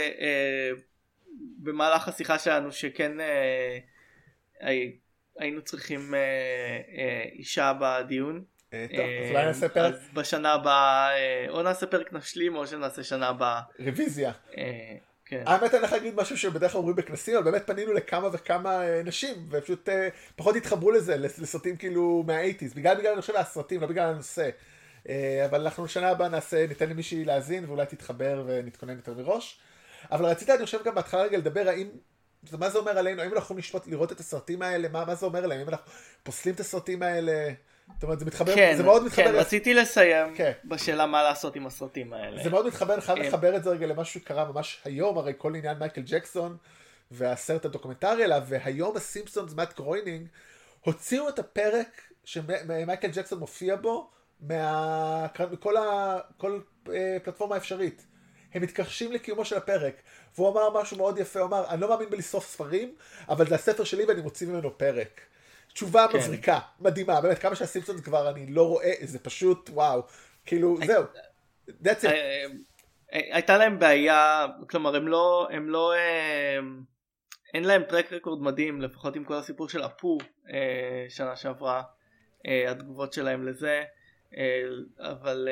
שבמהלך uh, השיחה שלנו שכן uh, היינו צריכים uh, uh, אישה בדיון. טוב, אז אולי נעשה פרק. אז בשנה הבאה, או נעשה פרק נשלים, או שנעשה שנה הבאה. רוויזיה. כן. האמת אני לך להגיד משהו שבדרך כלל אומרים בכנסים, אבל באמת פנינו לכמה וכמה נשים, ופשוט פחות התחברו לזה, לסרטים כאילו מה-שמונים, בגלל בגלל אני חושב הסרטים, לא בגלל הנושא. אבל אנחנו לשנה הבאה נעשה, ניתן למישהי להאזין, ואולי תתחבר ונתכונן יותר מראש. אבל רציתי, אני חושב גם בהתחלה רגע לדבר, האם, מה זה אומר עלינו, האם אנחנו יכולים לשפוט, לראות את הסרטים האלה, מה, מה זה אומר עליהם, האם אנחנו פוסלים את הסרטים האלה, זאת אומרת, זה מתחבר, כן, זה מאוד מתחבר. כן, רציתי לסיים כן. בשאלה מה לעשות עם הסרטים האלה. זה מאוד מתחבר, אני חייב לחבר את זה רגע למשהו שקרה ממש היום, הרי כל עניין מייקל ג'קסון והסרט הדוקומנטרי עליו, והיום הסימפסונס, מאט גרוינינג, הוציאו את הפרק שמייקל ג'קסון מופיע בו, מה... מכל ה... כל פלטפורמה אפשרית. הם מתקרשים לקיומו של הפרק, והוא אמר משהו מאוד יפה, הוא אמר, אני לא מאמין בלסוף ספרים, אבל זה הספר שלי ואני מוציא ממנו פרק. תשובה כן. מבריקה, מדהימה, באמת, כמה שהסימפסונס כבר אני לא רואה, זה פשוט, וואו, כאילו, זהו, that's it. הייתה להם בעיה, כלומר, הם לא, הם לא, אין להם טרק רקורד מדהים, לפחות עם כל הסיפור של אפו, שנה שעברה, התגובות שלהם לזה, אבל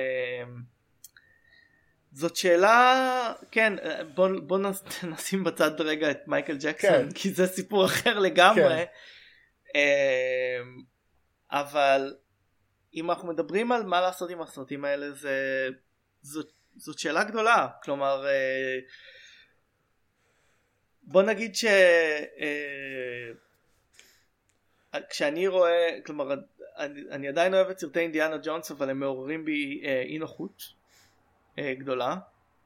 זאת שאלה, כן, בוא, בוא נשים בצד רגע את מייקל ג'קסון, כן. כי זה סיפור אחר לגמרי, כן. אבל אם אנחנו מדברים על מה לעשות עם הסרטים האלה, זה, זאת, זאת שאלה גדולה. כלומר, בוא נגיד ש כשאני רואה, כלומר, אני, אני עדיין אוהב את סרטי אינדיאנה ג'ונס, אבל הם מעוררים בי אי נוחות גדולה,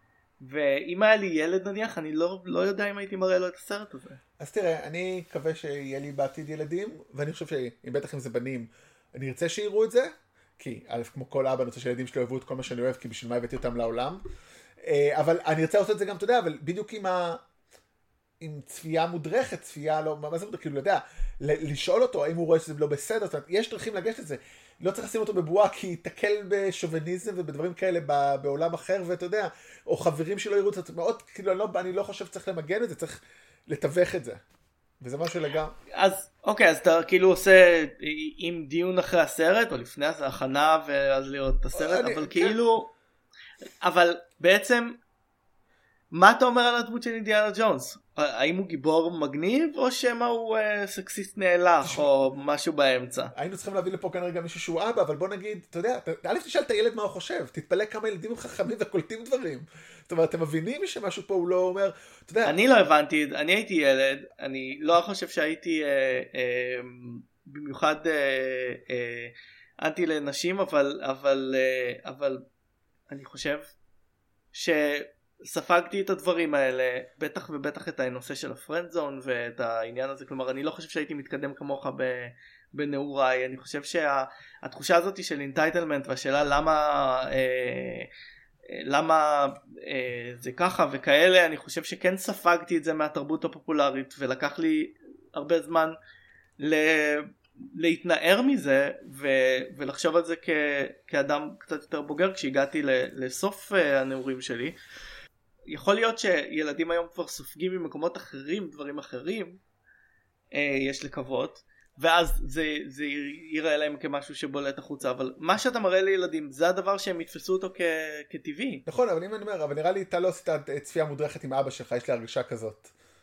ואם היה לי ילד נניח, אני לא, לא יודע אם הייתי מראה לו את הסרט הזה. אז תראה, אני מקווה שיהיה לי בעתיד ילדים, ואני חושב שאם בטח אם זה בנים, אני ארצה שיראו את זה, כי א', כמו כל אבא, אני רוצה שילדים שלי אוהבו את כל מה שאני אוהב, כי בשביל מה הבאתי אותם לעולם. אבל אני ארצה לעשות את זה גם, אתה יודע, אבל בדיוק עם, ה... עם צפייה מודרכת, צפייה לא, מה זה מודרכת, כאילו, אתה יודע, לשאול אותו האם הוא רואה שזה לא בסדר, זאת אומרת, יש דרכים לגשת את זה. לא צריך לשים אותו בבועה, כי יתקל בשוביניזם ובדברים כאלה בעולם אחר, ואתה יודע, או חברים שלא יראו את זה, מאוד, כאילו, אני לא, אני לא חושב שצריך למגן את זה, צריך לתווך את זה. וזה משהו לגמרי. אז, אוקיי, אז אתה כאילו עושה עם דיון אחרי הסרט, או לפני הכנה, ואז לראות את הסרט, אבל כאילו, אבל בעצם, מה אתה אומר על הדמות של אינדיאנה ג'ונס? האם הוא גיבור מגניב, או שמה הוא אה, סקסיסט נאלח, או משהו באמצע? היינו צריכים להביא לפה כנראה גם מישהו שהוא אבא, אבל בוא נגיד, אתה יודע, א' תשאל את הילד מה הוא חושב, תתפלא כמה ילדים חכמים וקולטים דברים. זאת אומרת, אתם מבינים שמשהו פה הוא לא אומר, אתה יודע... אני לא הבנתי, אני הייתי ילד, אני לא חושב שהייתי אה, אה, במיוחד אה, אה, אנטי לנשים, אבל, אבל, אה, אבל אני חושב ש... ספגתי את הדברים האלה, בטח ובטח את הנושא של הפרנד זון ואת העניין הזה, כלומר אני לא חושב שהייתי מתקדם כמוך בנעוריי, אני חושב שהתחושה הזאת של אינטייטלמנט והשאלה למה אה, למה אה, זה ככה וכאלה, אני חושב שכן ספגתי את זה מהתרבות הפופולרית, ולקח לי הרבה זמן ל... להתנער מזה ו- ולחשוב על זה כ- כאדם קצת יותר בוגר כשהגעתי ל- לסוף הנעורים שלי. יכול להיות שילדים היום כבר סופגים ממקומות אחרים, דברים אחרים, אה, יש לקוות, ואז זה, זה ייראה להם כמשהו שבולט החוצה, אבל מה שאתה מראה לילדים, זה הדבר שהם יתפסו אותו כ- כטבעי. נכון, אבל אם אני אומר, אבל נראה לי אתה לא עשית צפייה מודרכת עם אבא שלך, יש לי הרגשה כזאת.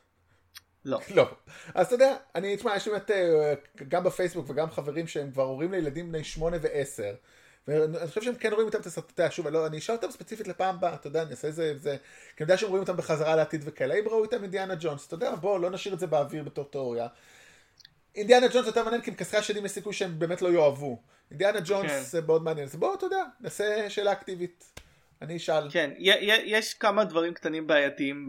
לא. לא. אז אתה יודע, אני, תשמע, יש לי באמת, גם בפייסבוק וגם חברים שהם כבר הורים לילדים בני שמונה ועשר, ואני חושב שהם כן רואים אותם את הסרטוטיה, שוב, לא, אני אשאל אותם ספציפית לפעם הבאה, אתה יודע, אני אעשה איזה, זה, כי אני יודע שהם רואים אותם בחזרה לעתיד וכאלה, אם ראו איתם אינדיאנה ג'ונס, אתה יודע, בוא, לא נשאיר את זה באוויר בתור תיאוריה. אינדיאנה ג'ונס יותר מעניין, כי מכסחי השדים יש סיכוי שהם באמת לא יאהבו. אינדיאנה ג'ונס כן. זה מאוד מעניין, אז בוא, אתה יודע, נעשה שאלה אקטיבית. אני אשאל. כן, יש כמה דברים קטנים בעייתיים ב...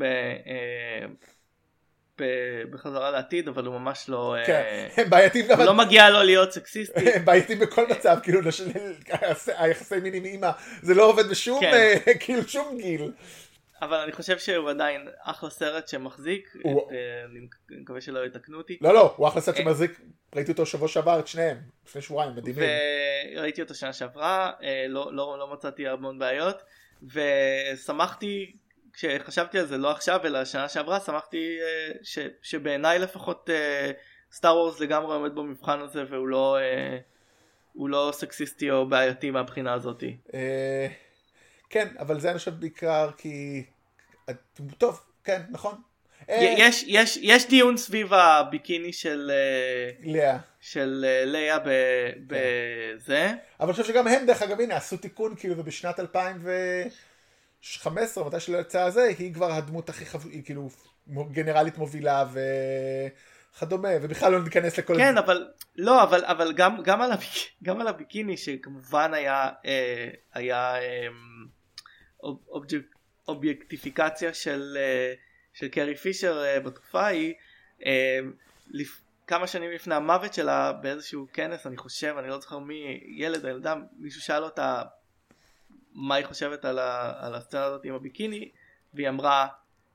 בחזרה לעתיד, אבל הוא ממש לא... כן, הם בעייתים... לא מגיע לו להיות סקסיסטי. הם בעייתים בכל מצב, כאילו, היחסי מין עם אמא, זה לא עובד בשום, כאילו, שום גיל. אבל אני חושב שהוא עדיין אחלה סרט שמחזיק, אני מקווה שלא יתקנו אותי. לא, לא, הוא אחלה סרט שמחזיק, ראיתי אותו שבוע שעבר, את שניהם, לפני שבועיים, מדהימים. וראיתי אותו שנה שעברה, לא מצאתי הרבה בעיות, ושמחתי, כשחשבתי על זה, לא עכשיו, אלא שנה שעברה, שמחתי שבעיניי לפחות סטאר וורס לגמרי עומד במבחן הזה, והוא לא... הוא לא סקסיסטי או בעייתי מהבחינה הזאת. כן, אבל זה אני חושב בעיקר כי... טוב, כן, נכון. יש, יש, יש דיון סביב הביקיני של... לאה. של לאה בזה. אבל אני חושב שגם הם, דרך אגב, הנה, עשו תיקון, כאילו, ובשנת אלפיים וחמש עשרה, מתי שלא יצא הזה, היא כבר הדמות הכי חב... היא כאילו גנרלית מובילה ו... כדומה, ובכלל לא ניכנס לכל... כן, אבל, לא, אבל, אבל גם, גם על הביק, גם על הביקיני, שכמובן היה, אה, היה אה, אובייקט, אובייקטיפיקציה של, אה, של קרי פישר אה, בתקופה ההיא, אה, לפ, כמה שנים לפני המוות שלה, באיזשהו כנס, אני חושב, אני לא זוכר מי, ילד או ילדה, מישהו שאל אותה, מה היא חושבת על, ה, על הסצנה הזאת עם הביקיני, והיא אמרה,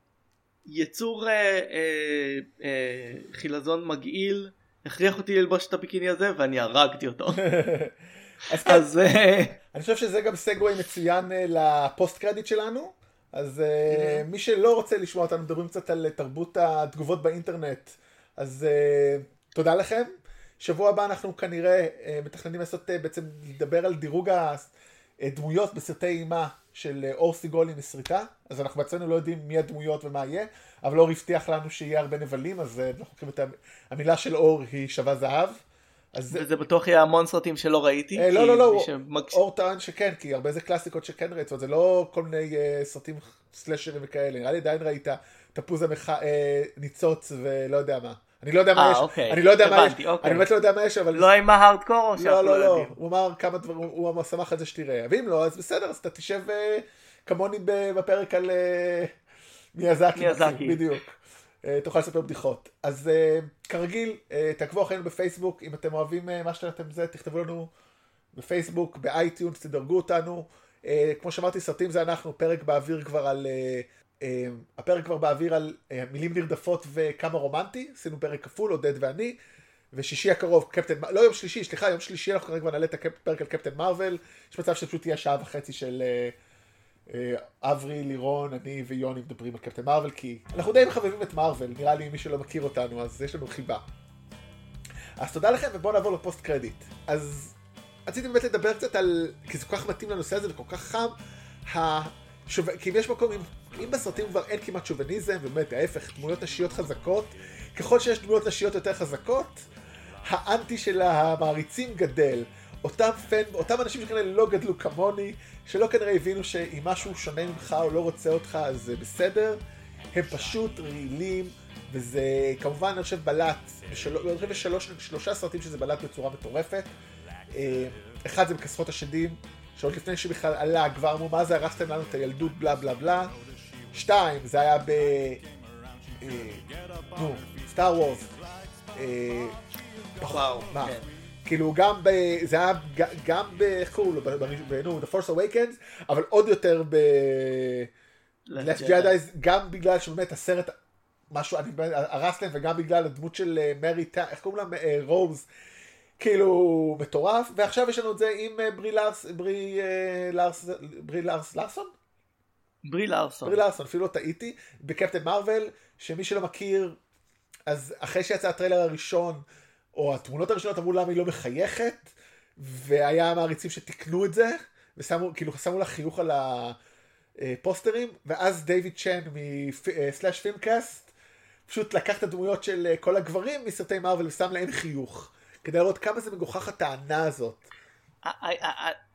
יצור אה, אה, אה, חילזון מגעיל הכריח אותי ללבוש את הביקיני הזה ואני הרגתי אותו. אז, אז אה... אני חושב שזה גם סגווי מצוין אה, לפוסט קרדיט שלנו, אז אה, mm-hmm. מי שלא רוצה לשמוע אותנו מדברים קצת על תרבות התגובות באינטרנט, אז אה, תודה לכם. שבוע הבא אנחנו כנראה אה, מתכננים לעשות אה, בעצם לדבר על דירוג הדמויות בסרטי אימה של אור סיגולי מסריטה, אז אנחנו בעצמנו לא יודעים מי הדמויות ומה יהיה, אבל אור הבטיח לנו שיהיה הרבה נבלים, אז אנחנו חושבים את המילה של אור היא שווה זהב. וזה בטוח יהיה המון סרטים שלא ראיתי. לא, לא, לא, אור טען שכן, כי הרבה זה קלאסיקות שכן ראית, זה לא כל מיני סרטים סלשרים וכאלה, נראה לי עדיין ראית תפוז ניצוץ ולא יודע מה. אני לא יודע מה יש, אני לא יודע מה יש, אני באמת לא יודע מה יש, אבל... לא עם ההארדקור או שאנחנו לא יודעים? הוא אמר כמה דברים, הוא שמח על זה שתראה, ואם לא, אז בסדר, אז אתה תשב כמוני בפרק על מיאזקי, בדיוק, תוכל לספר בדיחות. אז כרגיל, תעקבו אחרינו בפייסבוק, אם אתם אוהבים מה שאתם זה, תכתבו לנו בפייסבוק, באייטיונס, תדרגו אותנו, כמו שאמרתי, סרטים זה אנחנו, פרק באוויר כבר על... הפרק כבר באוויר על מילים נרדפות וכמה רומנטי, עשינו פרק כפול, עודד ואני, ושישי הקרוב, קפטן, לא יום שלישי, סליחה, יום שלישי אנחנו כבר נעלה את הפרק על קפטן מרוול, יש מצב שפשוט תהיה שעה וחצי של אברי, לירון, אני ויוני מדברים על קפטן מרוול, כי אנחנו די מחבבים את מרוול, נראה לי מי שלא מכיר אותנו, אז יש לנו חיבה. אז תודה לכם, ובואו נעבור לפוסט קרדיט. אז רציתי באמת לדבר קצת על, כי זה כל כך מתאים לנושא הזה וכל כך חם, שוב... כי אם יש מקום, אם, אם בסרטים כבר אין כמעט שוביניזם, ובאמת ההפך, דמויות נשיות חזקות, ככל שיש דמויות נשיות יותר חזקות, האנטי של המעריצים גדל. אותם, פן, אותם אנשים שכנראה לא גדלו כמוני, שלא כנראה הבינו שאם משהו שונה ממך או לא רוצה אותך, אז זה בסדר, הם פשוט רעילים, וזה כמובן אני חושב בלט, בשלוש, אני חושב בשלוש, שלושה סרטים שזה בלט בצורה מטורפת. אחד זה מכסחות השדים, שעוד לפני שבכלל עלה, כבר אמרו, מה זה הרסתם לנו את הילדות, בלה בלה בלה. שתיים, זה היה ב... נו, סטאר וורס. וואו, מה? כאילו גם ב... זה היה גם ב... איך קראו לו? נו, The Force Awakens, אבל עוד יותר ב... Last Jedi, גם בגלל שבאמת הסרט, משהו, אני הרס להם, וגם בגלל הדמות של מרי, איך קוראים לה? רוז. כאילו מטורף, ועכשיו יש לנו את זה עם ברי לארס, ברי לארס, ברי לארס, לארסון? ברי לארסון. ברי לארסון, אפילו לא טעיתי, בקפטן מרוול, שמי שלא מכיר, אז אחרי שיצא הטריילר הראשון, או התמונות הראשונות אמרו למה היא לא מחייכת, והיה מעריצים שתקנו את זה, ושמו, כאילו שמו לה חיוך על הפוסטרים, ואז דיוויד צ'ן מסלאש פילמקאסט, פשוט לקח את הדמויות של כל הגברים מסרטי מרוול ושם להם חיוך. כדי לראות כמה זה מגוחך הטענה הזאת.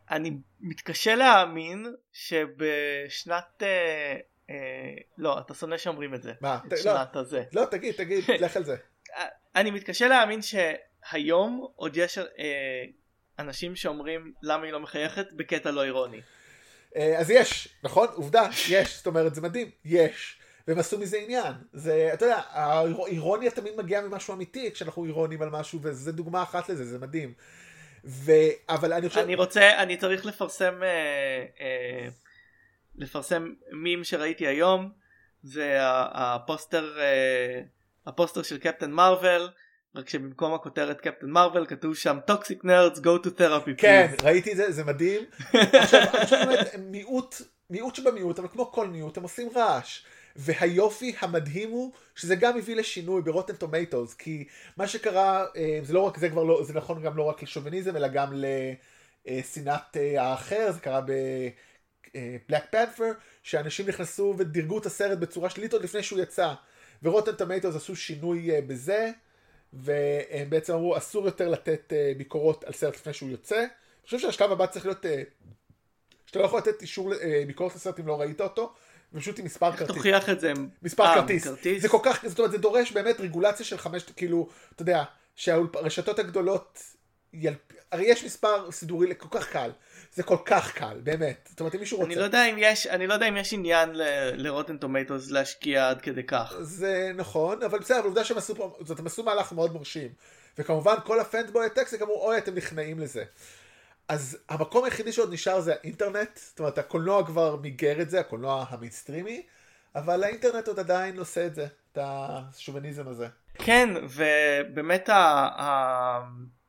אני מתקשה להאמין שבשנת... לא, אתה שונא שאומרים את זה. מה? שנת הזה. לא, תגיד, תגיד, לך על זה. אני מתקשה להאמין שהיום עוד יש אנשים שאומרים למה היא לא מחייכת בקטע לא אירוני. אז יש, נכון? עובדה, יש. זאת אומרת, זה מדהים. יש. והם עשו מזה עניין. זה, אתה יודע, האירוניה תמיד מגיעה ממשהו אמיתי כשאנחנו אירונים על משהו, וזו דוגמה אחת לזה, זה מדהים. ו... אבל אני חושב... אני רוצה, אני צריך לפרסם, אה, אה, לפרסם מים שראיתי היום, זה הפוסטר, אה, הפוסטר של קפטן מרוול, רק שבמקום הכותרת קפטן מרוול כתוב שם Toxic Nerds Go to Therapy. כן, ראיתי את זה, זה מדהים. עכשיו, אני חושב באמת, מיעוט, מיעוט שבמיעוט, אבל כמו כל מיעוט, הם עושים רעש. והיופי המדהים הוא שזה גם הביא לשינוי ברוטן טומטוס, כי מה שקרה, זה לא רק, זה כבר לא, זה נכון גם לא רק לשוביניזם, אלא גם לשנאת האחר, זה קרה בבלק פנת'ר, שאנשים נכנסו ודירגו את הסרט בצורה שלילית עוד לפני שהוא יצא, ורוטן טומטוס עשו שינוי בזה, והם בעצם אמרו, אסור יותר לתת ביקורות על סרט לפני שהוא יוצא. אני חושב שהשלב הבא צריך להיות, שאתה לא יכול לתת אישור ביקורות לסרט אם לא ראית אותו, ופשוט עם מספר כרטיס. תוכיח את זה. מספר כרטיס. זה כל כך, זאת אומרת, זה דורש באמת רגולציה של חמש, כאילו, אתה יודע, שהרשתות הגדולות, הרי יש מספר סידורי כל כך קל. זה כל כך קל, באמת. זאת אומרת, אם מישהו רוצה... אני לא יודע אם יש, אני לא יודע אם יש עניין לרוטן טומטוס להשקיע עד כדי כך. זה נכון, אבל בסדר, אבל עובדה שהם עשו פה, זאת, הם עשו מהלך מאוד מרשים. וכמובן, כל הפנדבוי טקסט, אמרו, אוי, אתם נכנעים לזה. אז המקום היחידי שעוד נשאר זה האינטרנט, זאת אומרת, הקולנוע כבר מיגר את זה, הקולנוע המיינסטרימי, אבל האינטרנט עוד עדיין עושה את זה, את השוביניזם הזה. כן, ובאמת ה...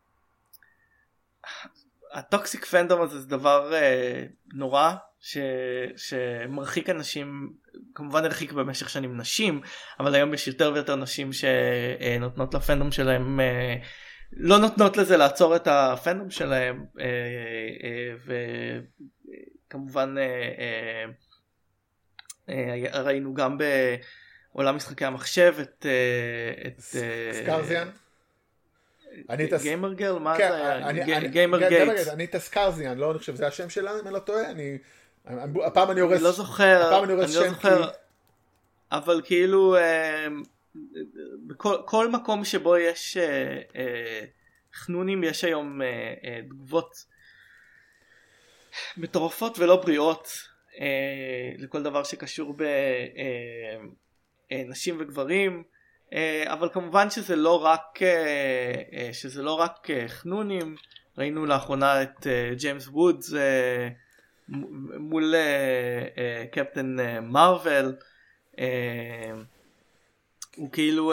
הטוקסיק פנדום הזה זה דבר אה, נורא, ש... שמרחיק אנשים, כמובן הרחיק במשך שנים נשים, אבל היום יש יותר ויותר נשים שנותנות לפנדום שלהם... אה, לא נותנות לזה לעצור את הפנדום שלהם, וכמובן ראינו גם בעולם משחקי המחשב את סקרזיאן? גיימר גרל? מה זה היה? גיימר גייטס. אני את הסקרזיאן, לא, אני חושב, זה השם שלה, אם אני לא טועה, הפעם אני הורס... אני לא זוכר, אני לא זוכר, אבל כאילו... בכל כל מקום שבו יש אה, אה, חנונים יש היום אה, אה, תגובות מטורפות ולא בריאות אה, לכל דבר שקשור בנשים אה, אה, וגברים, אה, אבל כמובן שזה לא רק אה, אה, שזה לא רק אה, חנונים. ראינו לאחרונה את אה, ג'יימס וודס אה, מול אה, אה, קפטן אה, מרוול. אה, הוא כאילו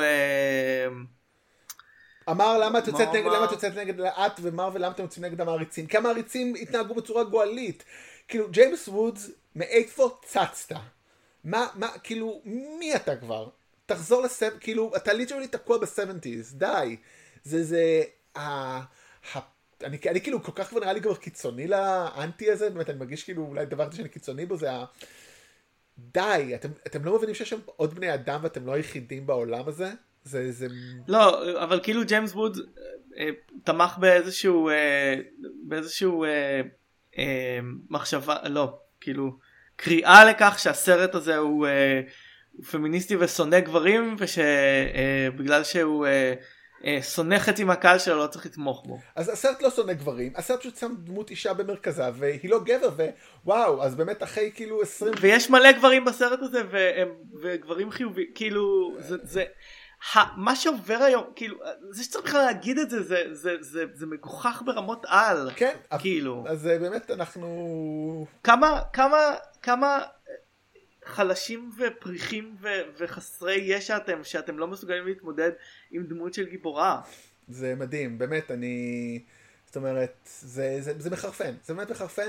אמר למה את יוצאת נגד, למה את יוצאת נגד את ומרוול, למה אתם יוצאים נגד המעריצים? כי המעריצים התנהגו בצורה גואלית. כאילו ג'יימס וודס, מאיפה צצת? מה, מה, כאילו מי אתה כבר? תחזור לסב, כאילו אתה ליטרלי תקוע ב-שבעים, די. זה זה ה... אני, אני כאילו כל כך כבר נראה לי כבר קיצוני לאנטי הזה, באמת אני מרגיש כאילו אולי דבר שאני קיצוני בו, זה ה... די, אתם, אתם לא מבינים שיש שם עוד בני אדם ואתם לא היחידים בעולם הזה? זה, זה... לא, אבל כאילו ג'יימס ווד אה, תמך באיזשהו, אה, באיזשהו אה, אה, מחשבה, לא, כאילו, קריאה לכך שהסרט הזה הוא, אה, הוא פמיניסטי ושונא גברים, ושבגלל אה, שהוא... אה, שונא חצי מהקהל שלו, לא צריך לתמוך בו. אז הסרט לא שונא גברים, הסרט פשוט שם דמות אישה במרכזה, והיא לא גבר, ווואו, אז באמת אחרי כאילו עשרים... ויש מלא גברים בסרט הזה, והם, וגברים חיובי, כאילו, זה, זה, מה שעובר היום, כאילו, זה שצריך בכלל להגיד את זה, זה, זה, זה, זה מגוחך ברמות על. כן, כאילו. אז באמת אנחנו... כמה, כמה, כמה... חלשים ופריחים ו- וחסרי ישע אתם, שאתם לא מסוגלים להתמודד עם דמות של גיבורה. זה מדהים, באמת, אני... זאת אומרת, זה, זה, זה מחרפן, זה באמת מחרפן,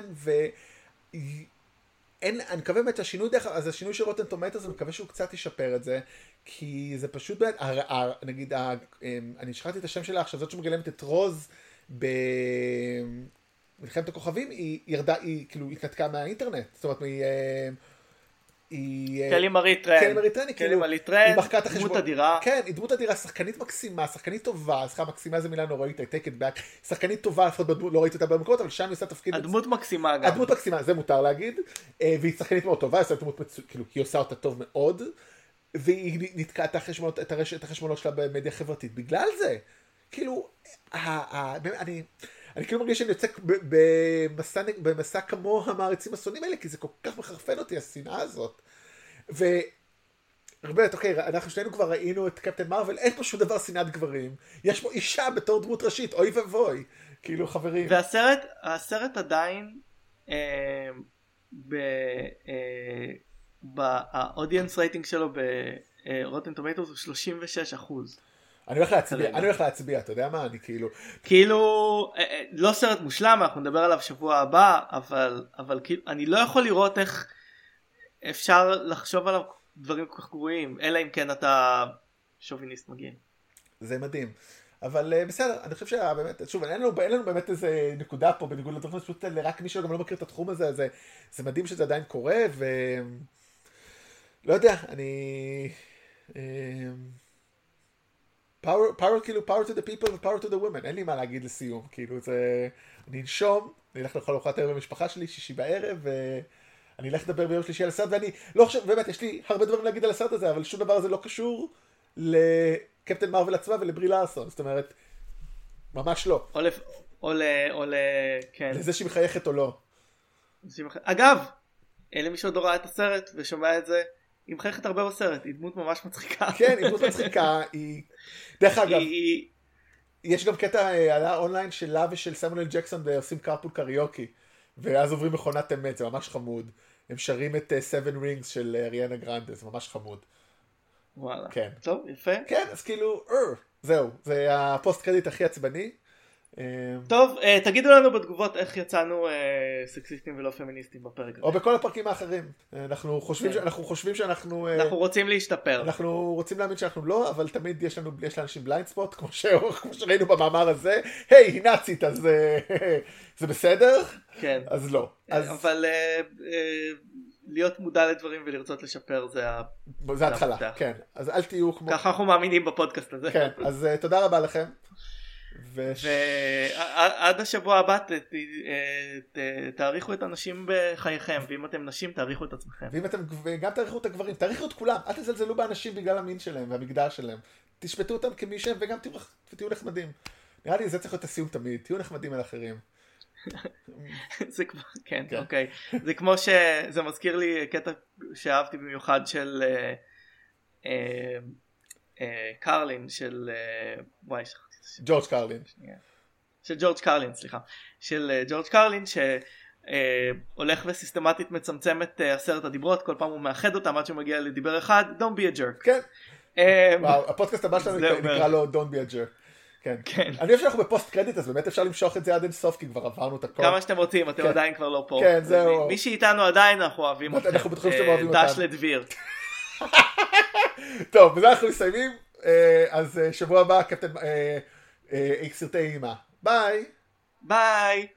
ואין, אני מקווה באמת שהשינוי דרך, אז השינוי של רוטן טומטוס, אני מקווה שהוא קצת ישפר את זה, כי זה פשוט באמת, הר, הר, נגיד, הר, אני שכחתי את השם שלה עכשיו, זאת שמגלמת את רוז במלחמת הכוכבים, היא ירדה, היא כאילו התנתקה מהאינטרנט, זאת אומרת, היא... היא... קלי מארי טרן. קלי מארי טרן, קלי מארי טרן, דמות אדירה. כן, היא דמות אדירה, שחקנית מקסימה, שחקנית טובה, סליחה, מקסימה זה מילה נוראית, I take it back, שחקנית טובה, לפחות לא ראיתי אותה במקומות, אבל שם היא עושה תפקיד... הדמות מקסימה גם. הדמות מקסימה, זה מותר להגיד, והיא שחקנית מאוד טובה, כאילו, היא עושה אותה טוב מאוד, והיא נתקעה את החשבונות שלה במדיה חברתית, בגלל זה, כאילו, אני... אני כאילו מרגיש שאני יוצא במסע, במסע כמו המעריצים השונאים האלה, כי זה כל כך מחרפן אותי, השנאה הזאת. ובאמת, אוקיי, אנחנו שנינו כבר ראינו את קפטן מרוויל, אין פה שום דבר שנאת גברים. יש פה אישה בתור דמות ראשית, אוי ובוי. כאילו, חברים. והסרט, הסרט עדיין, אה, ב... אה, באודיאנס רייטינג שלו ברוטן טומטוס הוא שלושים ושש אחוז. אני הולך להצביע, אני הולך להצביע, אתה יודע מה? אני כאילו... כאילו, לא סרט מושלם, אנחנו נדבר עליו שבוע הבא, אבל, אבל כאילו, אני לא יכול לראות איך אפשר לחשוב עליו דברים כל כך גרועים, אלא אם כן אתה שוביניסט מגעיל. זה מדהים. אבל בסדר, אני חושב שבאמת, שוב, אין לנו, אין לנו באמת איזה נקודה פה, בניגוד לדברים, פשוט רק מי שגם לא מכיר את התחום הזה, זה, זה מדהים שזה עדיין קורה, ו... לא יודע, אני... power, power, כאילו, power to the people ו-power to the women, אין לי מה להגיד לסיום, כאילו, זה... אני אנשום, אני אלך לאכול ארוחת ערב במשפחה שלי, שישי בערב, ואני אלך לדבר ביום שלישי על הסרט, ואני לא חושב, באמת, יש לי הרבה דברים להגיד על הסרט הזה, אבל שום דבר הזה לא קשור לקפטן מרוויל עצמה ולברי לארסון, זאת אומרת, ממש לא. או ל... או ל... או ל... כן. לזה שהיא מחייכת או לא. אגב, למי שעוד לא ראה את הסרט ושומע את זה, היא מחייכת הרבה בסרט, היא דמות ממש מצחיקה. כן, היא דמות מצחיקה, היא... דרך אגב, היא... יש גם קטע עלה אונליין שלה ושל סמואל ג'קסון ועושים קרפול קריוקי, ואז עוברים מכונת אמת, זה ממש חמוד. הם שרים את Seven Rings של אריאנה גרנדה, זה ממש חמוד. וואלה. כן. טוב, יפה. כן, אז כאילו, זהו, זה הפוסט קרדיט הכי עצבני. טוב, תגידו לנו בתגובות איך יצאנו סקסיסטים ולא פמיניסטים בפרק הזה. או בכל הפרקים האחרים. אנחנו חושבים שאנחנו חושבים שאנחנו אנחנו רוצים להשתפר. אנחנו רוצים להאמין שאנחנו לא, אבל תמיד יש לנו יש לאנשים בליינד ספוט, כמו שראינו במאמר הזה. היי, היא נאצית, אז זה בסדר? כן. אז לא. אבל להיות מודע לדברים ולרצות לשפר זה זה התחלה, כן. אז אל תהיו כמו... ככה אנחנו מאמינים בפודקאסט הזה. כן, אז תודה רבה לכם. ועד השבוע הבא תעריכו את הנשים בחייכם, ואם אתם נשים תעריכו את עצמכם. ואם אתם גם תעריכו את הגברים, תעריכו את כולם, אל תזלזלו באנשים בגלל המין שלהם והמגדר שלהם. תשפטו אותם כמי שהם וגם תהיו נחמדים. נראה לי זה צריך להיות הסיום תמיד, תהיו נחמדים על אחרים. זה כמו, כן, אוקיי. זה כמו שזה מזכיר לי קטע שאהבתי במיוחד של קרלין, של וואי, ג'ורג' קרלין. של ג'ורג' קרלין, סליחה. של ג'ורג' קרלין שהולך וסיסטמטית מצמצם את עשרת הדיברות, כל פעם הוא מאחד אותם עד שהוא מגיע לדיבר אחד, Don't be a jerk. כן. הפודקאסט הבא שלנו נקרא לו Don't be a jerk. כן. אני חושב שאנחנו בפוסט קרדיט, אז באמת אפשר למשוך את זה עד אינסוף, כי כבר עברנו את הכל. כמה שאתם רוצים, אתם עדיין כבר לא פה. כן, זהו. מי שאיתנו עדיין, אנחנו אוהבים אתכם. אנחנו בטוחים שאתם אוהבים אותנו. דש לדביר. טוב, בזה אנחנו מסיימים. אז שבוע הבא, קפטן סרטי אימא. ביי. ביי.